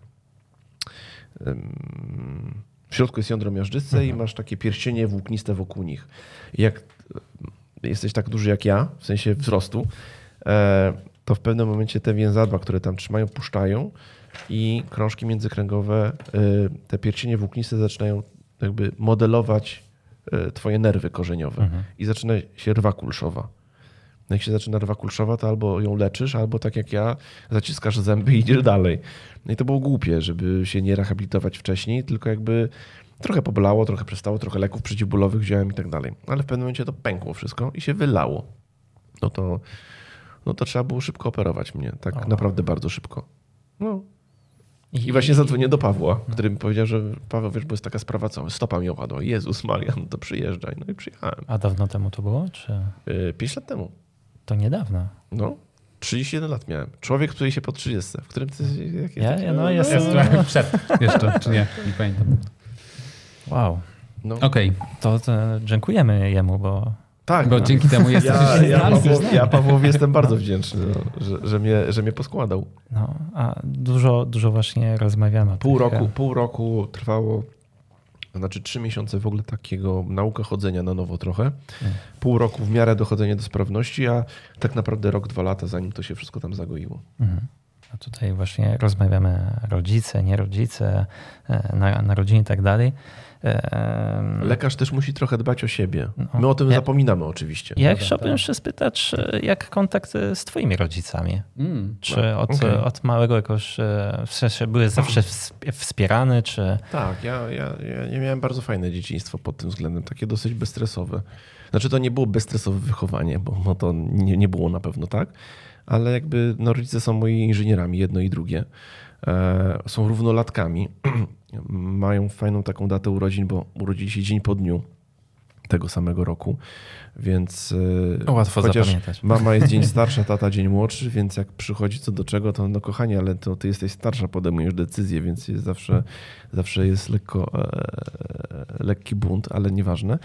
w środku jest jądro miażdżyce i masz takie pierścienie włókniste wokół nich. I jak jesteś tak duży jak ja, w sensie wzrostu, to w pewnym momencie te więzadła, które tam trzymają, puszczają i krążki międzykręgowe, te pierścienie włókniste zaczynają jakby modelować twoje nerwy korzeniowe i zaczyna się rwa kulszowa. No jak się zaczyna rwa kulszowa, to albo ją leczysz, albo tak jak ja, zaciskasz zęby i idziesz dalej. No i to było głupie, żeby się nie rehabilitować wcześniej, tylko jakby trochę pobolało, trochę przestało, trochę leków przeciwbólowych wziąłem i tak dalej. Ale w pewnym momencie to pękło wszystko i się wylało. No to trzeba było szybko operować mnie. Tak naprawdę bardzo szybko. No. I właśnie zadzwonię do Pawła, który mi powiedział, że Paweł, wiesz, bo jest taka sprawa, co stopa mi opadła. Jezus Maria, no to przyjeżdżaj. No i przyjechałem. A dawno temu to było? Czy 5 lat temu. to niedawno? No. 31 lat miałem. Człowiek, który się po 30. W którym ty jak Ja jestem. Przed jeszcze, czy nie? Nie pamiętam. Wow. No. Okej, To dziękujemy jemu, bo Tak. bo no. dzięki temu jesteś Ja Pawłowi jestem bardzo wdzięczny, że mnie poskładał. no, a dużo właśnie rozmawiamy. o Pół roku trwało, znaczy 3 miesiące w ogóle takiego nauka chodzenia na nowo trochę. Pół roku w miarę dochodzenia do sprawności, a tak naprawdę rok, 2 lata, zanim to się wszystko tam zagoiło. A tutaj właśnie rozmawiamy rodzice, nie rodzice, narodziny i tak dalej. Lekarz też musi trochę dbać o siebie. My o tym zapominamy oczywiście. Ja chciałbym jeszcze spytać, jak kontakt z twoimi rodzicami? Czy od małego jakoś, w sensie były zawsze wspierane, czy... Tak, ja miałem bardzo fajne dzieciństwo pod tym względem, takie dosyć bezstresowe. Znaczy to nie było bezstresowe wychowanie, bo to nie było na pewno tak, ale jakby no, rodzice są moi inżynierami, jedno i drugie. Są równolatkami, mają fajną taką datę urodzin, bo urodzili się dzień po dniu tego samego roku, więc Łatwo chociaż zapamiętać. mama jest dzień starsza, tata dzień młodszy, więc jak przychodzi co do czego, to no kochanie, ale to ty jesteś starsza, podejmujesz decyzję, więc jest zawsze jest lekki bunt, ale nieważne.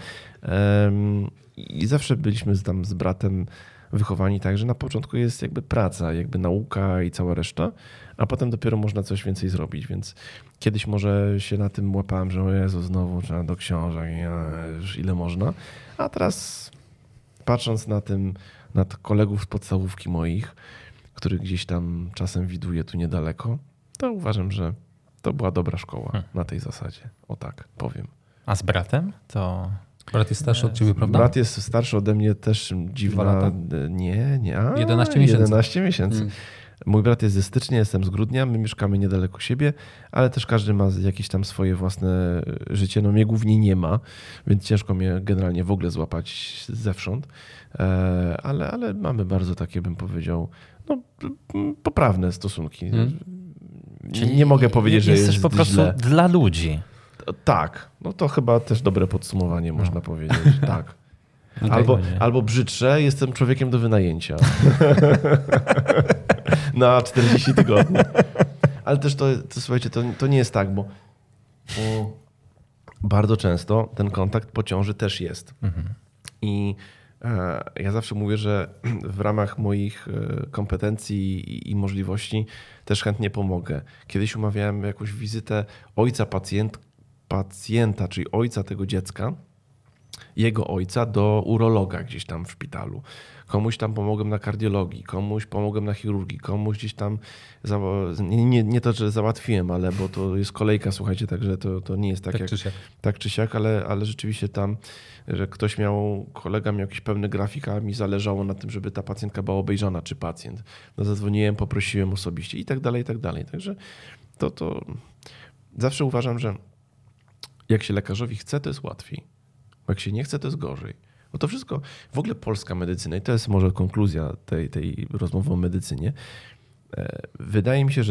I zawsze byliśmy tam z bratem wychowani tak, że na początku jest jakby praca, jakby nauka i cała reszta, a potem dopiero można coś więcej zrobić, więc kiedyś może się na tym łapałem, że o Jezu, znowu trzeba do książek, już ile można, a teraz patrząc na kolegów z podstawówki moich, których gdzieś tam czasem widuję tu niedaleko, to uważam, że to była dobra szkoła na tej zasadzie. O tak powiem. A z bratem? To... Brat jest starszy od ciebie, prawda? Brat jest starszy ode mnie, też dziwna... 2 lata? Nie. 11 miesięcy. 11 miesięcy. Mój brat jest ze stycznia, jestem z grudnia, my mieszkamy niedaleko siebie, ale też każdy ma jakieś tam swoje własne życie. No mnie głównie nie ma, więc ciężko mnie generalnie w ogóle złapać zewsząd, ale mamy bardzo takie, bym powiedział, no, poprawne stosunki. Czyli nie mogę powiedzieć, że jest jesteś po prostu źle. dla ludzi. Tak, no to chyba też dobre podsumowanie można powiedzieć, tak. Okay. Albo brzydsze, jestem człowiekiem do wynajęcia. Na 40 tygodni. Ale też to słuchajcie, to nie jest tak, bo bardzo często ten kontakt po ciąży też jest. I ja zawsze mówię, że w ramach moich kompetencji i możliwości też chętnie pomogę. Kiedyś umawiałem jakąś wizytę ojca pacjenta, czyli ojca tego dziecka, jego ojca do urologa gdzieś tam w szpitalu. Komuś tam pomogłem na kardiologii, komuś pomogłem na chirurgii, komuś gdzieś tam nie to, że załatwiłem, ale bo to jest kolejka, słuchajcie, także to nie jest tak czy siak, ale rzeczywiście tam, że kolega miał jakiś pełny grafik, a mi zależało na tym, żeby ta pacjentka była obejrzana, czy pacjent. No zadzwoniłem, poprosiłem osobiście i tak dalej, i tak dalej. Także to zawsze uważam, że jak się lekarzowi chce, to jest łatwiej. Jak się nie chce, to jest gorzej. Bo to wszystko, w ogóle polska medycyna, i to jest może konkluzja tej rozmowy o medycynie, wydaje mi się,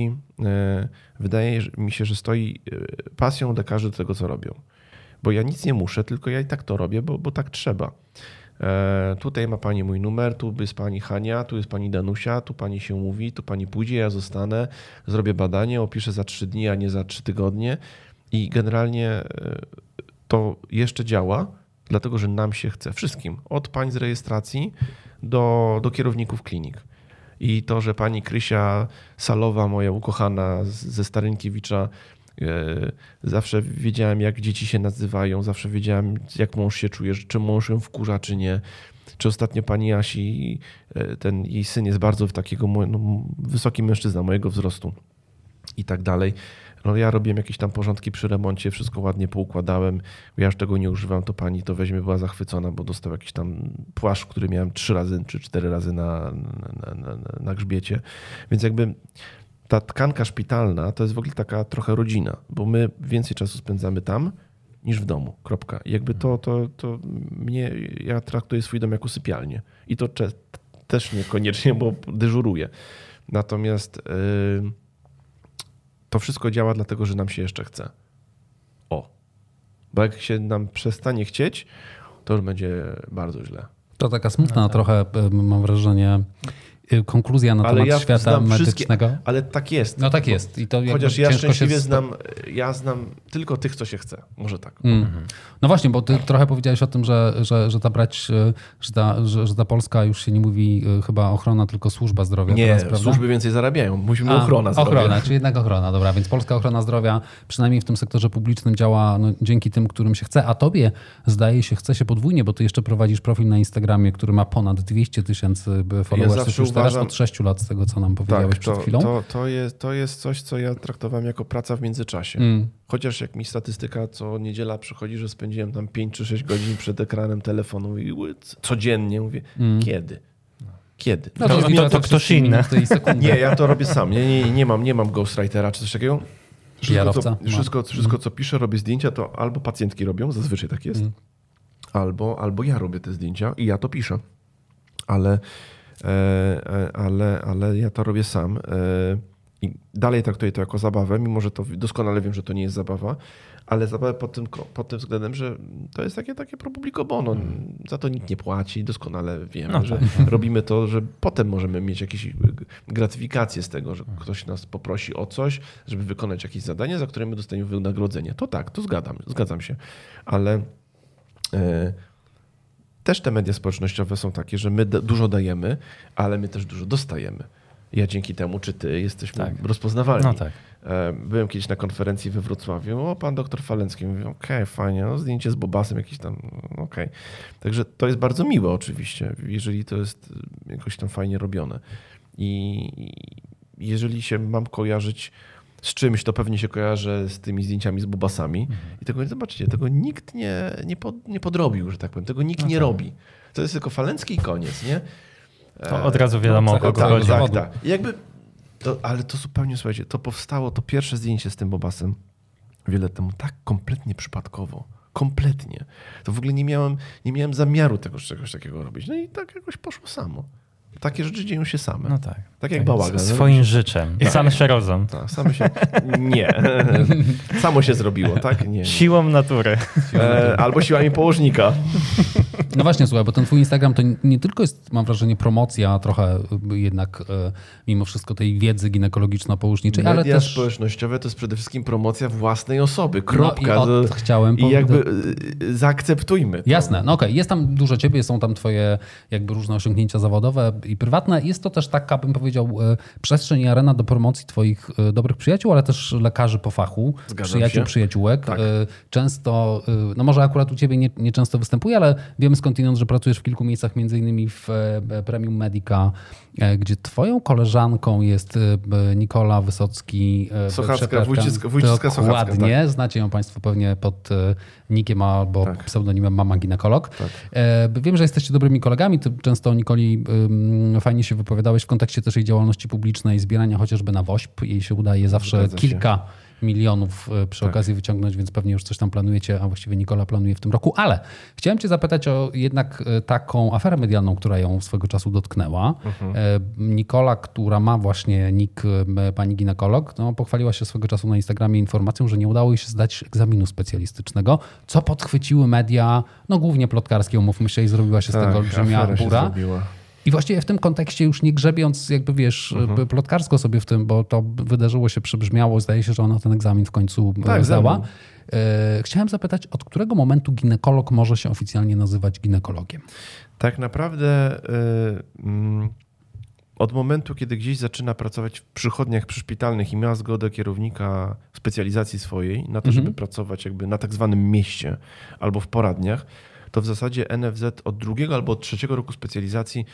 że stoi pasją lekarzy do tego, co robią. Bo ja nic nie muszę, tylko ja i tak to robię, bo tak trzeba. Tutaj ma pani mój numer, tu jest pani Hania, tu jest pani Danusia, tu pani się mówi, tu pani pójdzie, ja zostanę, zrobię badanie, opiszę za 3 dni, a nie za 3 tygodnie. I generalnie to jeszcze działa, dlatego że nam się chce. Wszystkim. Od pań z rejestracji do kierowników klinik. I to, że pani Krysia Salowa, moja ukochana ze Starynkiewicza, zawsze wiedziałem, jak dzieci się nazywają, zawsze wiedziałem, jak mąż się czuje, czy mąż ją wkurza, czy nie. Czy ostatnio pani Asi, ten jej syn jest bardzo takiego wysoki mężczyzna mojego wzrostu i tak dalej. No ja robiłem jakieś tam porządki przy remoncie, wszystko ładnie poukładałem. Ja już tego nie używam, to pani to weźmie, była zachwycona, bo dostał jakiś tam płaszcz, który miałem 3 razy czy 4 razy na grzbiecie. Więc jakby ta tkanka szpitalna to jest w ogóle taka trochę rodzina, bo my więcej czasu spędzamy tam niż w domu. Kropka. I jakby to ja traktuję swój dom jako sypialnię. I to też niekoniecznie, bo dyżuruję. Natomiast to wszystko działa dlatego, że nam się jeszcze chce. Bo jak się nam przestanie chcieć, to już będzie bardzo źle. To taka smutna trochę, mam wrażenie, konkluzja na temat świata medycznego. Ale tak jest. No tak jest. I to chociaż ja szczęśliwie znam tylko tych, co się chce. Może tak. No właśnie, bo ty trochę powiedziałeś o tym, że ta Polska już się nie mówi chyba ochrona, tylko służba zdrowia. Nie, teraz, służby więcej zarabiają. Musimy ochrona zdrowia. Ochrona, czyli jednak ochrona, dobra. Więc polska ochrona zdrowia przynajmniej w tym sektorze publicznym działa dzięki tym, którym się chce, a tobie zdaje się chce się podwójnie, bo ty jeszcze prowadzisz profil na Instagramie, który ma ponad 200 000 followersów już teraz od 6 lat z tego, co nam powiedziałeś przed chwilą. To jest coś, co ja traktowałem jako praca w międzyczasie. Chociaż jak mi statystyka co niedziela przychodzi, że spędziłem tam 5 czy 6 godzin przed ekranem telefonu i codziennie mówię, kiedy? Kiedy? No to ktoś inny. Nie, ja to robię sam. Nie mam ghostwritera czy coś takiego. Wszystko, co piszę, robię zdjęcia, to albo pacjentki robią, zazwyczaj tak jest, albo ja robię te zdjęcia i ja to piszę. Ale ja to robię sam i dalej traktuję to jako zabawę, mimo że to doskonale wiem, że to nie jest zabawa, ale zabawę pod tym względem, że to jest takie pro publico bono. Za to nikt nie płaci, doskonale wiemy, że robimy to, że potem możemy mieć jakieś gratyfikacje z tego, że ktoś nas poprosi o coś, żeby wykonać jakieś zadanie, za które my dostaniemy wynagrodzenie. To tak, to zgadzam się, ale też te media społecznościowe są takie, że my dużo dajemy, ale my też dużo dostajemy. Ja dzięki temu, czy ty, jesteśmy rozpoznawalni. No tak. Byłem kiedyś na konferencji we Wrocławiu, pan doktor Falencki mówi, okej, fajnie, zdjęcie z Bobasem jakiś tam, okej. Także to jest bardzo miłe oczywiście, jeżeli to jest jakoś tam fajnie robione. I jeżeli się mam kojarzyć z czymś, to pewnie się kojarzę z tymi zdjęciami z Bobasami. I tego, zobaczcie, tego nikt nie podrobił, że tak powiem. Tego nikt nie robi. To jest tylko Falencki i koniec, nie? To od razu wiadomo, o kogo chodzi. Tak. Jakby ale to zupełnie, słuchajcie, to powstało, to pierwsze zdjęcie z tym Bobasem wiele temu tak kompletnie przypadkowo. Kompletnie. To w ogóle nie miałem zamiaru czegoś takiego robić. No i tak jakoś poszło samo. Takie rzeczy dzieją się same. No tak. Tak jak bałagan. Swoim życzem. Sam się rodzą. Tak, nie. Samo się zrobiło, tak? Nie. Siłą natury. Albo siłami położnika. No właśnie, słuchaj, bo ten twój Instagram to nie tylko jest, mam wrażenie, promocja trochę jednak mimo wszystko tej wiedzy ginekologiczno-położniczej, ale też... społecznościowe to jest przede wszystkim promocja własnej osoby. Kropka. No I jakby zaakceptujmy to. Jasne, no okej. Jest tam dużo ciebie, są tam twoje jakby różne osiągnięcia zawodowe i prywatne. Jest to też taka, bym powiedział, przestrzeń i arena do promocji twoich dobrych przyjaciół, ale też lekarzy po fachu, przyjaciółek. Tak. Często, no może akurat u ciebie nie często występuje, ale wiemy skądinąd, że pracujesz w kilku miejscach, między innymi w Premium Medica, gdzie twoją koleżanką jest Nikola Wysocki. Sochacka, Wójcicka Sochacka. Dokładnie, tak. Znacie ją państwo pewnie pod nickiem albo pseudonimem Mama Ginekolog. Tak. Wiem, że jesteście dobrymi kolegami, ty często o Nikoli fajnie się wypowiadałeś w kontekście też jej działalności publicznej, zbierania chociażby na WOŚP. Jej się udaje zawsze kilka milionów przy okazji wyciągnąć, więc pewnie już coś tam planujecie, a właściwie Nikola planuje w tym roku. Ale chciałem cię zapytać o jednak taką aferę medialną, która ją swego czasu dotknęła. Nikola, która ma właśnie nick pani ginekolog, no, pochwaliła się swego czasu na Instagramie informacją, że nie udało jej się zdać egzaminu specjalistycznego, co podchwyciły media, no głównie plotkarskie, umówmy się, i zrobiła się z tego olbrzymia bura. I właściwie w tym kontekście już nie grzebiąc, jakby wiesz, plotkarsko sobie w tym, bo to wydarzyło się, przybrzmiało, zdaje się, że ona ten egzamin w końcu zdała. Chciałem zapytać, od którego momentu ginekolog może się oficjalnie nazywać ginekologiem? Tak naprawdę od momentu, kiedy gdzieś zaczyna pracować w przychodniach przyszpitalnych i ma zgodę kierownika specjalizacji swojej na to, żeby pracować jakby na tak zwanym mieście albo w poradniach, to w zasadzie NFZ od 2. albo od 3. roku specjalizacji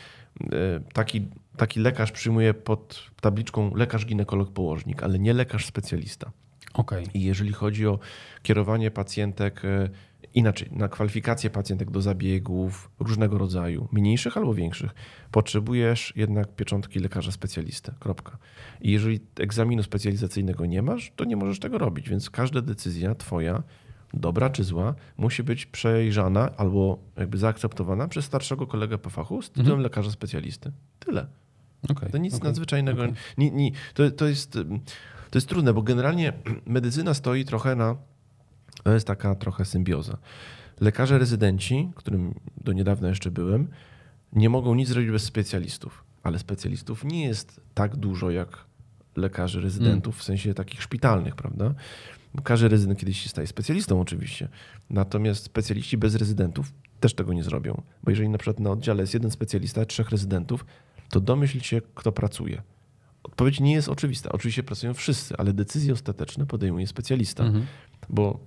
taki lekarz przyjmuje pod tabliczką lekarz ginekolog położnik, ale nie lekarz specjalista. Okay. I jeżeli chodzi o kierowanie pacjentek, inaczej, na kwalifikację pacjentek do zabiegów różnego rodzaju, mniejszych albo większych, potrzebujesz jednak pieczątki lekarza specjalisty. Kropka. I jeżeli egzaminu specjalizacyjnego nie masz, to nie możesz tego robić, więc każda decyzja twoja, dobra czy zła, musi być przejrzana albo jakby zaakceptowana przez starszego kolegę po fachu z tytułem lekarza specjalisty. Tyle. To nic nadzwyczajnego. To jest trudne, bo generalnie medycyna stoi trochę to jest taka trochę symbioza. Lekarze rezydenci, którym do niedawna jeszcze byłem, nie mogą nic zrobić bez specjalistów, ale specjalistów nie jest tak dużo jak lekarzy rezydentów w sensie takich szpitalnych, prawda? Każdy rezydent kiedyś się staje specjalistą oczywiście, natomiast specjaliści bez rezydentów też tego nie zrobią, bo jeżeli na przykład na oddziale jest 1 specjalista, 3 rezydentów, to domyśl się, kto pracuje. Odpowiedź nie jest oczywista. Oczywiście pracują wszyscy, ale decyzje ostateczne podejmuje specjalista, bo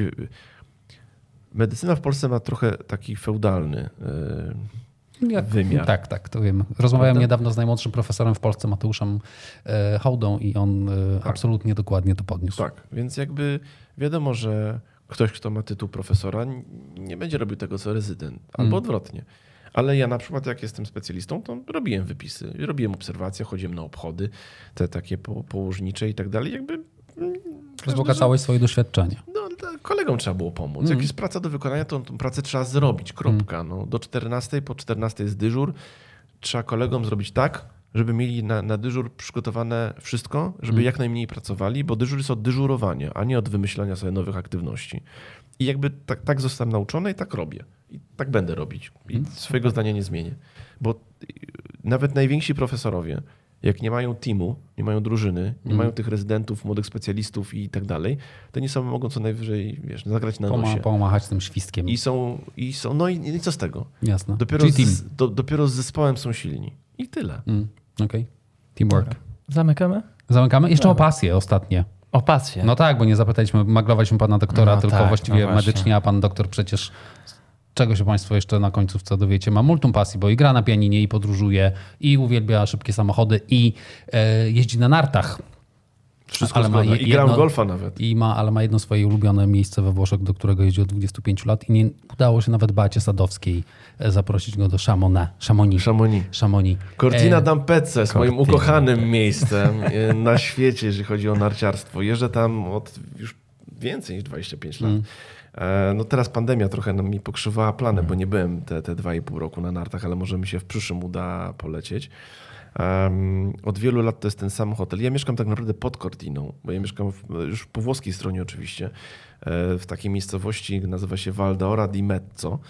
medycyna w Polsce ma trochę taki feudalny wymiar. Tak, to wiem. Rozmawiałem niedawno z najmłodszym profesorem w Polsce, Mateuszem Hołdą, i on absolutnie dokładnie to podniósł. Tak, więc jakby wiadomo, że ktoś, kto ma tytuł profesora, nie będzie robił tego, co rezydent, albo odwrotnie. Ale ja na przykład, jak jestem specjalistą, to robiłem wypisy, robiłem obserwacje, chodziłem na obchody, te takie położnicze i tak dalej. Jakby wzbogacałeś swoje doświadczenie. No, kolegom trzeba było pomóc. Jak jest praca do wykonania, to tą pracę trzeba zrobić. Kropka. No, do 14, po 14 jest dyżur. Trzeba kolegom zrobić tak, żeby mieli na dyżur przygotowane wszystko, żeby jak najmniej pracowali, bo dyżur jest od dyżurowania, a nie od wymyślania sobie nowych aktywności. I jakby tak zostałem nauczony i tak robię. I tak będę robić. I swojego zdania nie zmienię. Bo nawet najwięksi profesorowie, jak nie mają teamu, nie mają drużyny, nie mają tych rezydentów, młodych specjalistów i tak dalej, to nie mogą co najwyżej, zagrać na nosie. Pomachać tym świstkiem. No i co z tego? Jasne. Dopiero z zespołem są silni. I tyle. Okej. Teamwork. Zamykamy? Zamykamy? Jeszcze o pasję ostatnie. O pasję. No tak, bo nie zapytaliśmy, maglowaliśmy pana doktora, No tylko tak, właściwie no medycznie, a pan doktor przecież, czego się państwo jeszcze na końcówce dowiecie, ma multum pasji, bo i gra na pianinie, i podróżuje, i uwielbia szybkie samochody, i jeździ na nartach. Wszystko i gram w golfa nawet. Ale ma jedno swoje ulubione miejsce we Włoszech, do którego jeździ od 25 lat i nie udało się nawet Beacie Sadowskiej zaprosić go do Chamonix. Cortina d'Ampezzo jest moim ukochanym miejscem na świecie, jeżeli chodzi o narciarstwo. Jeżdżę tam od już więcej niż 25 lat. No teraz pandemia trochę mi pokrzywała plany, bo nie byłem te 2,5 roku na nartach, ale może mi się w przyszłym uda polecieć. Od wielu lat to jest ten sam hotel. Ja mieszkam tak naprawdę pod Cortiną, bo ja mieszkam już po włoskiej stronie oczywiście, w takiej miejscowości, nazywa się Val d'Ora di Mezzo.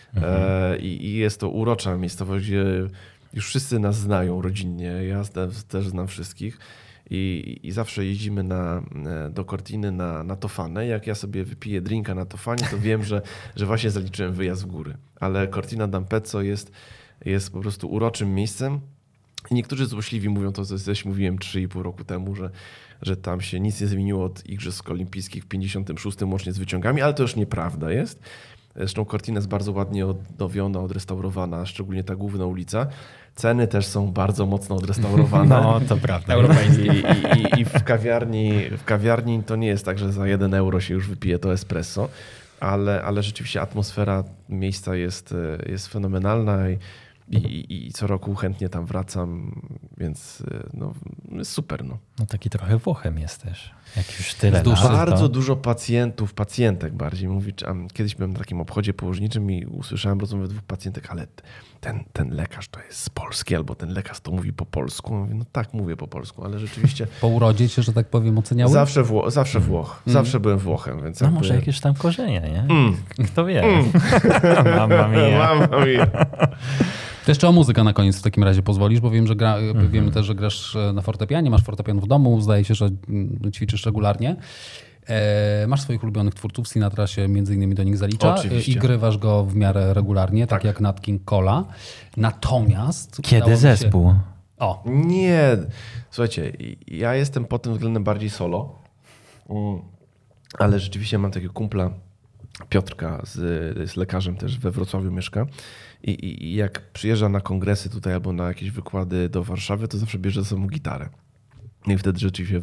I jest to urocza miejscowość, gdzie już wszyscy nas znają rodzinnie. Ja też znam wszystkich. I zawsze jeździmy do Cortiny na Tofanę. Jak ja sobie wypiję drinka na Tofanie, to wiem, że właśnie zaliczyłem wyjazd w góry. Ale Cortina d'Ampezzo jest po prostu uroczym miejscem. I niektórzy złośliwi mówią to, co też mówiłem 3,5 roku temu, że tam się nic nie zmieniło od Igrzysk Olimpijskich w 56 łącznie z wyciągami, ale to już nieprawda jest. Zresztą Cortina jest bardzo ładnie odnowiona, odrestaurowana, szczególnie ta główna ulica. Ceny też są bardzo mocno odrestaurowane. No, to prawda. I w kawiarni to nie jest tak, że za 1 euro się już wypije to espresso, ale rzeczywiście atmosfera miejsca jest fenomenalna I co roku chętnie tam wracam, więc no, jest super. No. No taki trochę Włochem jesteś. Jak już tyle Z duszy. lat, Bardzo to... dużo pacjentek bardziej mówi. Kiedyś byłem na takim obchodzie położniczym i usłyszałem rozmowę 2 pacjentek, ale ten lekarz to jest z Polski, albo ten lekarz to mówi po polsku. Mówię, no tak, mówię po polsku, ale rzeczywiście Po urodzie cię, że tak powiem, oceniały? zawsze Włoch. Zawsze byłem Włochem. Więc No jakby... może jakieś tam korzenie, nie? Kto wie? Mamma mia. To jeszcze o muzykę na koniec w takim razie pozwolisz, bo wiem, że wiemy też, że grasz na fortepianie, masz fortepian w domu, zdaje się, że ćwiczysz regularnie. Masz swoich ulubionych twórców, Sinatra się między innymi do nich zalicza. Oczywiście. I grywasz go w miarę regularnie, tak jak Nat King Cole'a. Natomiast... udało Kiedy mi się- zespół? O, Nie. Słuchajcie, ja jestem pod tym względem bardziej solo, ale rzeczywiście mam takiego kumpla Piotrka, z lekarzem też we Wrocławiu mieszka i jak przyjeżdża na kongresy tutaj albo na jakieś wykłady do Warszawy, to zawsze bierze ze sobą gitarę. I wtedy rzeczywiście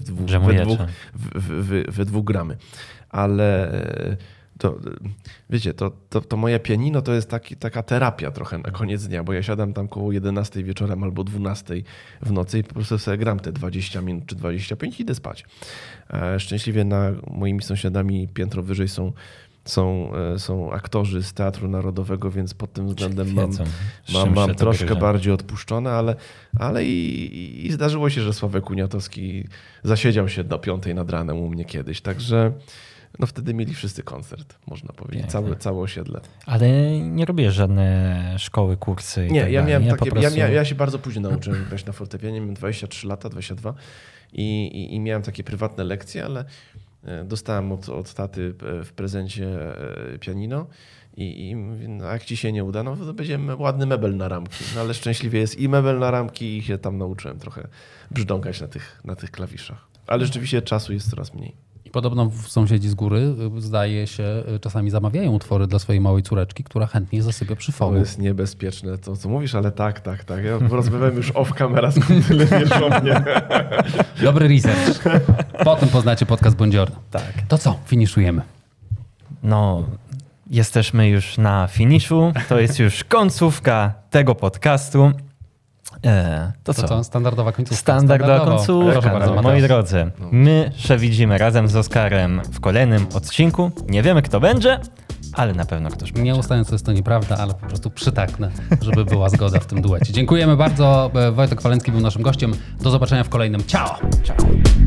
we dwóch gramy. Ale to, wiecie, to moje pianino to jest taka terapia trochę na koniec dnia, bo ja siadam tam koło 11 wieczorem albo 12 w nocy i po prostu sobie gram te 20 minut czy 25 i idę spać. Szczęśliwie moimi sąsiadami piętro wyżej są aktorzy z Teatru Narodowego, więc pod tym względem mam troszkę bardziej odpuszczone, ale i zdarzyło się, że Sławek Uniatowski zasiedział się do 5 nad ranem u mnie kiedyś, także no wtedy mieli wszyscy koncert, można powiedzieć, całe osiedle. Ale nie robię żadne szkoły, kursy i Nie, tak ja dalej. miałem Po prostu... ja się bardzo późno nauczyłem grać na fortepianie, miałem 23 lata, 22 i miałem takie prywatne lekcje, ale dostałem od taty w prezencie pianino i mówię, no jak ci się nie uda, no to będzie ładny mebel na ramki. No ale szczęśliwie jest i mebel na ramki i się tam nauczyłem trochę brzdąkać na tych klawiszach. Ale rzeczywiście czasu jest coraz mniej. i podobno sąsiedzi z góry, zdaje się, czasami zamawiają utwory dla swojej małej córeczki, która chętnie zasypia przy To fogu. jest niebezpieczne to, co mówisz, ale tak. Ja rozmawiałem już off camera, skąd tyle wiesz o mnie. Dobry research. Potem poznacie podcast Buongiorno. Tak. To co? Finiszujemy. No, jesteśmy już na finiszu. To jest już końcówka tego podcastu. To co? Standardowa końcówka. Standardowa Proszę końcówka. bardzo, No, Mateusz. moi drodzy, my się widzimy razem z Oskarem w kolejnym odcinku. Nie wiemy, kto będzie, ale na pewno ktoś będzie. Nie ustając, jest to nieprawda, ale po prostu przytaknę, żeby była zgoda w tym duecie. Dziękujemy bardzo. Wojtek Walencki był naszym gościem. Do zobaczenia w kolejnym. Ciao! Ciao.